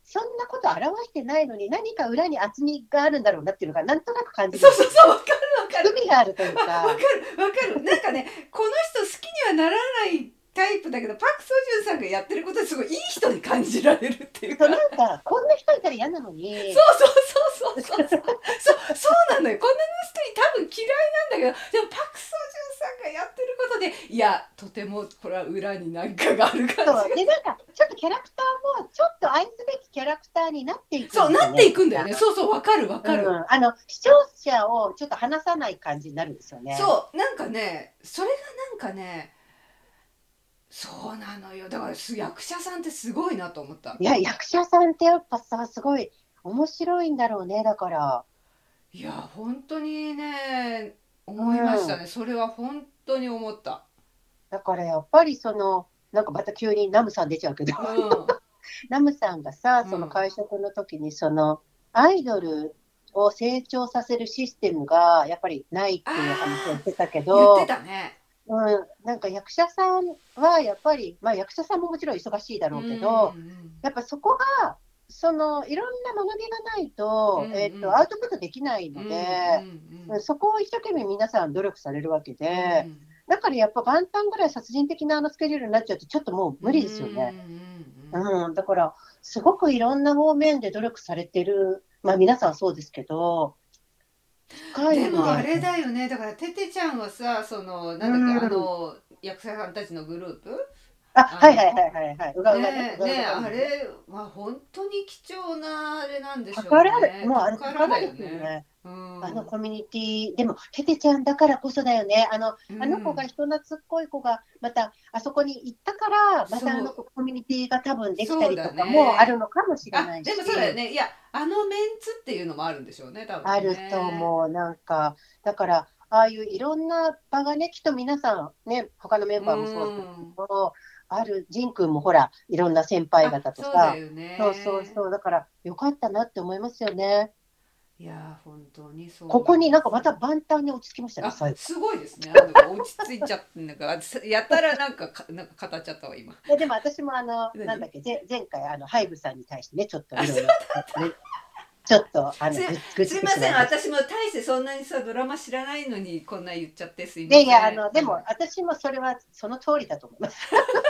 そんなこと表してないのに何か裏に厚みがあるんだろうなっていうのがなんとなく感じる。 そうそうそう、わかるわかる。 含みがあるというか。 わかるわかる。なんかね、この人好きにはならないタイプだけど、パク・ソジュンさんがやってることですごいいい人に感じられるっていうか。 そう、なんかこんな人いたら嫌なのに。 そうそうそうそうそうそうそうそうなのよ。こんな人に多分嫌いなんだけど、でもパク・ソジュンさんがやってることで、いやとてもこれは裏に何かがある感じが。 そうで、なんかちょっとキャラクターもちょっと愛すべきキャラクターになっていくんですそよね。 うなっていくんだよね。そうそう、わかるわかる、 うん、あの視聴者をちょっと離さない感じになるんですよね。 そうなんかね、それがなんかね、そうなのよ。だから役者さんってすごいなと思った。 いや、役者さんってやっぱさ、すごい面白いんだろうね。だからいや本当にね思いましたね、 うん、 それは本当に思った。 だからやっぱりそのなんかまた急にナムさん出ちゃうけど、 うんナムさんがさ、そのうん会食の時にそのアイドルを成長させるシステムがやっぱりないっていう話をあしてたけー言ってど、 たね。 うん、なんか役者さんはやっぱり、まあ、役者さんももちろん忙しいだろうけど、 うんやっぱそこがそのいろんな学びがないと、 うんえっと、アウトプットできないので、 うんそこを一生懸命皆さん努力されるわけうんで、だからやっぱ元旦ぐらい殺人的なあのスケジュールになっちゃうとちょっともう無理ですよね。 うんうんうんうん、だからすごくいろんな方面で努力されてる、まあ皆さんそうですけど、深いでもあね。 れだよね、だからててちゃんはさ、そのなんだっけ、あうん。 の役者さんたちのグループ、 あ、 あのはいはいはいはいはい。うがうがね。 ねえねえ、 うがうがあれは本当に貴重なあれなんでしょう宝だ、 ね。 もうあれ宝だ宝でよね。 すよね。 うんあのコミュニティ、でも、ててちゃんだからこそだよね。あの、 うあの子がん、 人懐っこい子が、また、あそこに行ったから、またあのそう子コミュニティが多分できたそうだりとかもあるね。 のかもしれあ、 ないでもそうだよし、 ね。いや、あのメンツっていうのもあるんでしょうね、多あ分るとね。 思う。なんか、だから、ああいういろんな場がね、きっと皆さん、ね、他のメンうバーもそうですけん。 ど、ある、ジンくんもほら、いろんな先輩あ、 方とさ、 そうだよそうそうね。 そう、だからよかったなって思いますよね。 いや、本当にそうここになんかなんです。 また万端に落ち着きましたね、 あ、 最後。 すごいですね。あの落ち着いちゃってなんかやたらなんかかなんか語っちゃったわ今。 いやでも私もあの、なんだ何？ っけ、ぜ前回、あの、ハイブさんに対してね、ちょっとあ、そういろいろ、ね、ちょっと、あの、 すい、 ぐ愚痴ってすいません。 しまいました。 私も大してそんなにさドラマ知らないのにこんな言っちゃってすいまで、いや、あせん。 の、でも、 うん。 私もそれはその通りだと思います。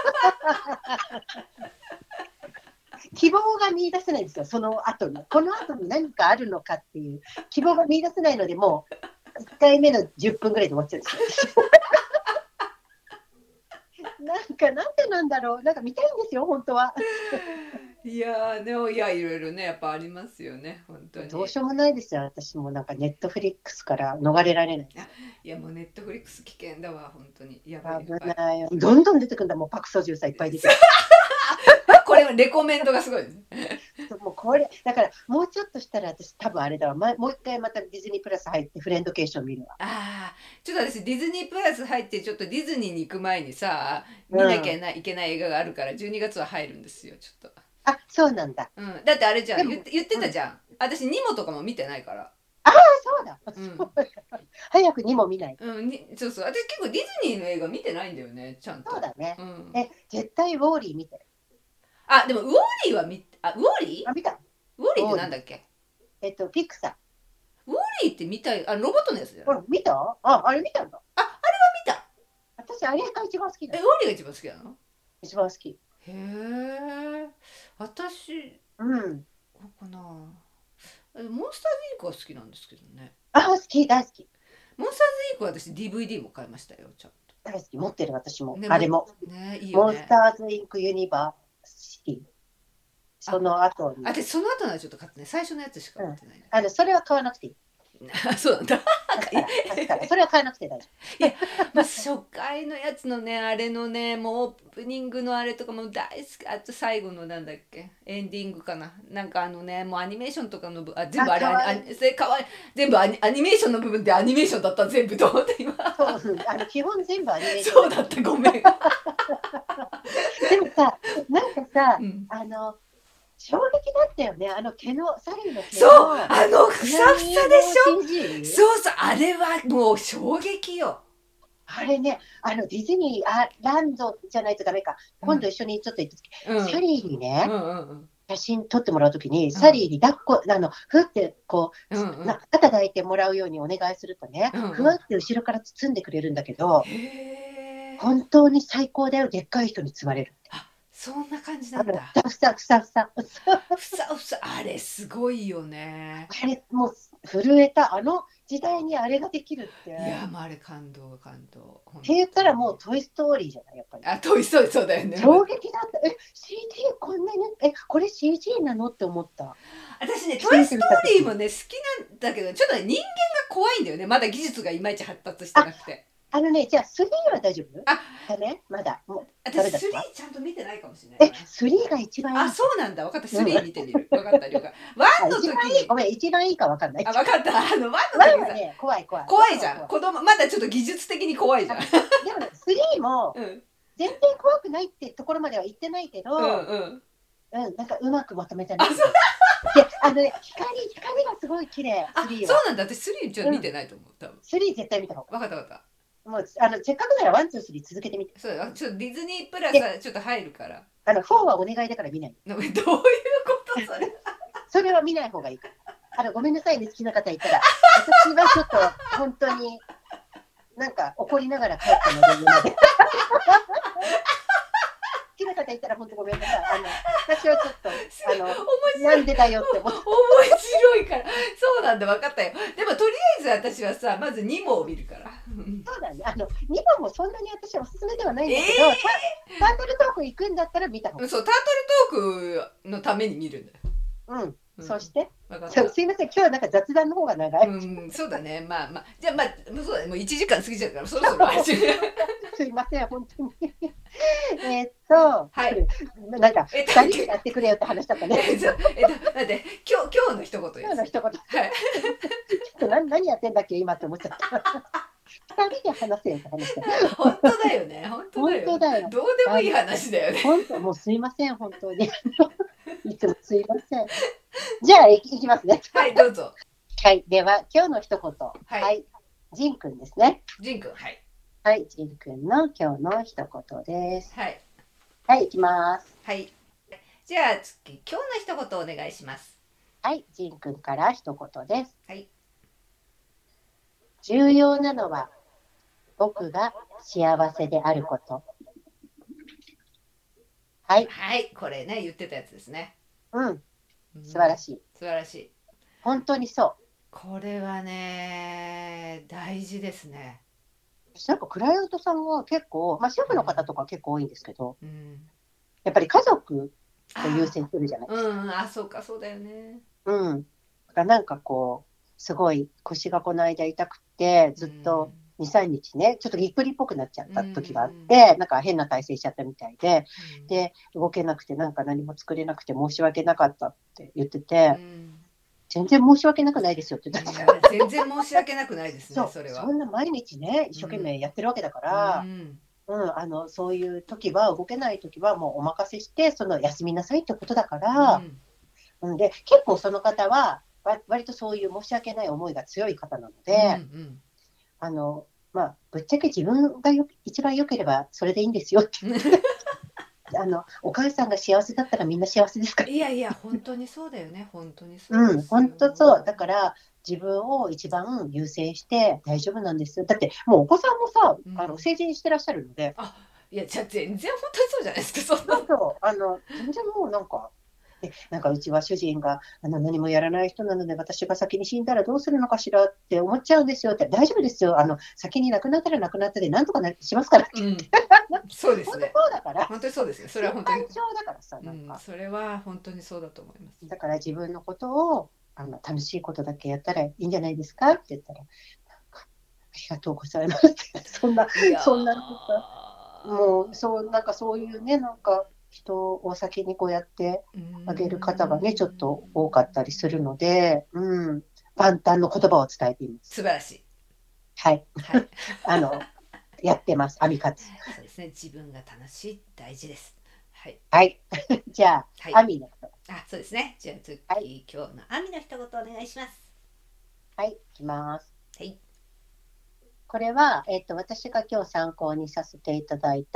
希望が見出せないんですよ、その後に。この後に何かあるのかっていう希望が見出せないので、もういっかいめのじゅっぷんぐらいで終わっちゃうんですよ。なんか、なんでなんだろう。なんか見たいんですよ、本当は。 いやーでもいやいろいろねやっぱありますよね本当に。 どうしようもないですよ、私もなんかネットフリックスから逃れられないです。 あ、いやもうネットフリックス危険だわ本当にやばいや危ばい。 ないよ。どんどん出てくるんだ、もうパクソジュンさんいっぱい出てくる。 これはレコメンドがすごいですね。 もうこれ、だからもうちょっとしたら私多分あれだわ、ま、もう一回またディズニープラス入ってフレンドケーション見るわ。 ああ、ちょっと私ディズニープラス入ってちょっとディズニーに行く前にさう見なきゃん。 いけない映画があるからじゅうにがつは入るんですよちょっと。 あ、そうなんだ。 うん、だってあれじゃでも、 ん言って、言ってうん。 たじゃん私ニモとかも見てないから。 ああ、そうだ。そううん、 だ。早くにも見ないと。 うん、にそうそう私結構ディズニーの映画見てないんだよねちゃんと。 そうだね。 うん、 え、絶対ウォーリー見て。 あでもウォーリーは見あウォーリあ、見た。 ーウォーリーってウォーリー。 なんだっけ？ えっと、ピクサウォーリーって見たいあロボットのやつじゃー。ほない？ ら、見たあ、あれ見たんだ。 ああれは見た。 私、あれが一番好きだ。 えウォーリーが一番好きなの？ 一番好き。 へえ私うん。 こうかなえモンスターズインクは好きなんですけどね。 あ、好き、大好き。 モンスターズインクは私 ディーブイディー も買いましたよちゃん大好き。持ってる、私も。 とね。もあれも。 ねいいよモンスね。 ターズインクユニバーシティ。そあの後に。 あでその後のはちょっと買ってない最初のやつしかうん。 買ってないね。 あの、それは買わなくていい。 あそうなんだ。 貸すから、貸すから。それは買わなくて大丈いや、まあ、初回のやつのねあれのねもうオープニングのあれとかも大好き。あと最後のなんだっけエンディングかななんかあのねもうアニメーションとかのぶあ全夫。あ、 部あれアニかわいい。 アニそれかわいい全部アニ、アニメーションの部分でアニメーションだった全部と思って今。 そう、うん、あの、基本全部アニメーションそうだだから。 ったごめん。 でもさ、なんかさ、 うん、 あの、衝撃だったよね。あの毛の、サリーの毛そうの、 あのふさふさでしょ。 シージー。 そうそうあれはもう衝撃よ。 あれね、あのディズニーあランドじゃないとダメか。 うん今度一緒にちょっと行った時、 うんサリーにね、 うんうん写真撮ってもらうときに、サリーに抱っこ、あの、ふってこう、 うんうんなんか肩抱いてもらうようにお願いするとね、 うんうんふわって後ろから包んでくれるんだけど、 へー本当に最高だよ、でっかい人に包まれるって。 あ、そんな感じなあの、 んだ。 ふさふさふさふさ。 ふさふさ、あれすごいよね。 あれ、もう震えた、あの時代にあれができるって。 いや、もうあれ感動感動。 って言ったらもうトイストーリーじゃない、やっぱり。 あ、トイストーリーそうだよね。 衝撃だった。え、シージー こんなに、え、これ シージー なのって思った。 私ね、トイストーリーもね、好きなんだけど、ちょっとね、人間が怖いんだよね。まだ技術がいまいち発達してなくて。 あのね、じゃあスリーは大丈夫あ、 だね、まだ。もう私スリーちゃんと見てないかもしれないえ、 な。 スリーが一番いい。 あ、そうなんだ。分かった。スリー見てみる。分かった了解。ワンの時一番いい。 に、 ごめん、一番いいか分かんない。 あ、分かった。あのワンのワ時にさ、 ンはね、怖い怖い。 怖いじゃん。 怖い子供まだちょっと技術的に怖いじゃん。 でもね、スリーもうん全然怖くないってところまでは言ってないけど、 うんうん。 うん、なんかうまくまとめたね。 あ、そうで、あのね、光、光がすごい綺麗、 あ、 スリーは。 そうなんだ。私スリーちょっと見てないと思う。多分。 スリー絶対見た方が分かった分かっいい。もう、あの、せっかくならワン、ツー、スリー続けてみて。 た。そうだ。ちょっとディズニープラスはちょっと入るから。 あの、フォーはお願いだから見ない。 なんかどういうことそれ。 それは見ない方がいいから。あの、ごめんなさいね、好きな方いたら。私はちょっと、本当に、なんか怒りながら帰ったので、今まで。好きな方いたら本当ごめんなさい。あの、私はちょっと、あの、 面白い。 なんでだよって思って。 面白いからそうなんだ分かったよ。でもとりあえず私はさまずニモを見るから。 そうだね。あの、にばんもそんなに私はおすすめではないんだけど、 えータタートルトーク行くんだったら見た方がいい。 そうタートルトークのために見るんだよ。 うん。 うんそして分かった。 そうすいません、今日はなんか雑談の方が長い。 うんそうだねまあまあじゃあまあそうだねもういちじかん過ぎちゃうからそろそろ始めすいません、本当に。えーっと、 はいなんか、 えっと二人でやってくれよって話だったね。 えっとえっとだって今日今日の一言今日の一言、ちょはいっと何何やってんだっけ今って思っちゃった。二人で話せよって話だ。 本当だよね本当だよ本当だよ。 どうでもいい話だよね。 本当、もうすいません、本当に。いつもすいません。じゃあ、いいきますね。 はいどうぞ。 はい、では、今日の一言。 はいはい、ジンくんですね。 ジンくんはいはい、ジンくんの今日の一言です。 はいはい、いきます。 はいじゃあ次今日の一言お願いします。 はい、ジンくんから一言です。 はい重要なのは、僕が幸せであること。はい、 はいこれね言ってたやつですね。 うん、素晴らしい。 素晴らしい。 本当にそう。 これはね大事ですね。 なんかクライアントさんは結構、まあ、主婦の方とか結構多いんですけど、 うんやっぱり家族を優先するじゃないですか。 うんあそうかそうだよね。 うん。だからなんかこう、すごい腰がこの間痛くて、ずっとに、さんにちね、ちょっとぎっくりっぽくなっちゃった時があって、なんか変な体勢しちゃったみたいで、で、動けなくて、なんか何も作れなくて申し訳なかったって言ってて、 うん全然申し訳なくないですよって言ってた。 全然申し訳なくないですねそう、 それは。 そんな毎日ね、一生懸命やってるわけだから、 うんうん、あの、そういう時は、動けない時はもうお任せして、その休みなさいってことだから、 うんうん、で、結構その方は、わ割とそういう申し訳ない思いが強い方なので、 うんうんあの、まあ、ぶっちゃけ自分がよ一番良ければそれでいいんですよって。あの、お母さんが幸せだったらみんな幸せですから。 いやいや本当にそうだよね本当にそうですよ。 うん、本当そう。だから自分を一番優先して大丈夫なんですよ。だってもうお子さんもさ、 うんあの成人してらっしゃるので、 あいやじゃあ全然本当にそうじゃないですかそんな。 そうそう、あの、全然もうなんか、えなんかうちは主人があの何もやらない人なので、私が先に死んだらどうするのかしらって思っちゃうんですよって、大丈夫ですよ。あの、先に亡くなったら亡くなったで、なんとかなしますからって。 うんそうです本当ねそうだから。 本当にそうですねそれは本当に心配性だからさ、なんうんか。 それは本当にそうだと思います。 だから自分のことをあの楽しいことだけやったらいいんじゃないですかって言ったら、なんかありがとうございますって。そんな、 いやーそんななんか、もう、そう、なんかそういうね、なんか人を先にこうやってあげる方がね、ちょっと多かったりするので、うん、万端の言葉を伝えています。 素晴らしい。 はい。 はいあの、やってます、アミカツ。 そうですね自分が楽しい大事です。はいはい。じゃあ、 はいアミのこと。 あそうですねじゃあ次、 は今日のアミの一言お願いします。 はい、いきます。 はいこれは、えっと、私が今日参考にさせていただいた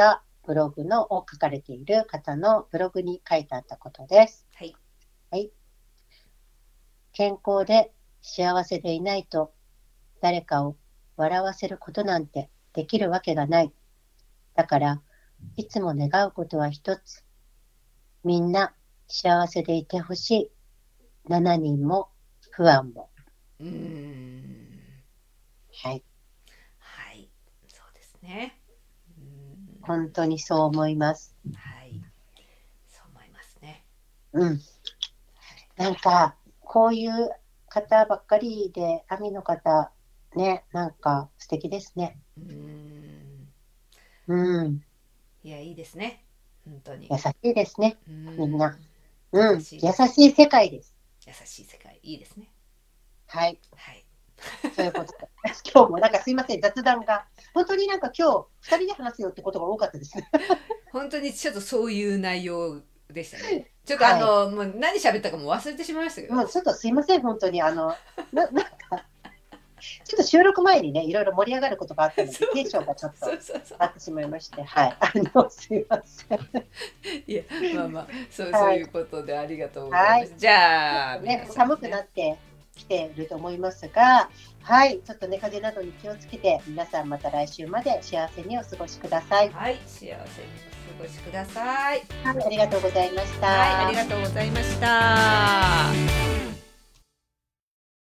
ブログのを書かれている方のブログに書いてあったことです。 はい。 はい。健康で幸せでいないと誰かを笑わせることなんてできるわけがない。だからいつも願うことは一つ。みんな幸せでいてほしい。しちにんも不安も。 うーん。 はい。 はい。そうですね。うーん。 本当にそう思います。 はい。そう思いますね。 うん。なんかこういう方ばっかりで、アミの方ね、なんか素敵ですね。 うーん。 うん。 いや、いいですね。本当に。 優しいですね。 うーん。 みんな。うん。 優しい優です。 しい世界です。 優しい世界、いいですね。 はい。 はい。 そういうことで。今日もなんかすいません、雑談が。本当になんか今日ふたりで話すよってことが多かったですね。 本当にちょっとそういう内容でしたね。ちょっとあはい。 の、もう何喋ったかも忘れてしまいましたけど。 もうちょっとすいません、本当に。あの、な、なんか、ちょっと収録前にね、いろいろ盛り上がることがあったので、テンションがちょっとそうそうそう。 あってしまいまして、はい。あの、すいません。 いや、まあまあ、そう、そうはい。 いうことでありがとうございはい。 ます。じゃあ、 ね、 皆さん寒くなね。 ってきていると思いますが、はい、ちょっとね、風邪などに気をつけて、皆さんまた来週まで幸せにお過ごしください。 はい、幸せにお過ごしください。 はい、ありがとうございましはい、ありた。 がとうございました。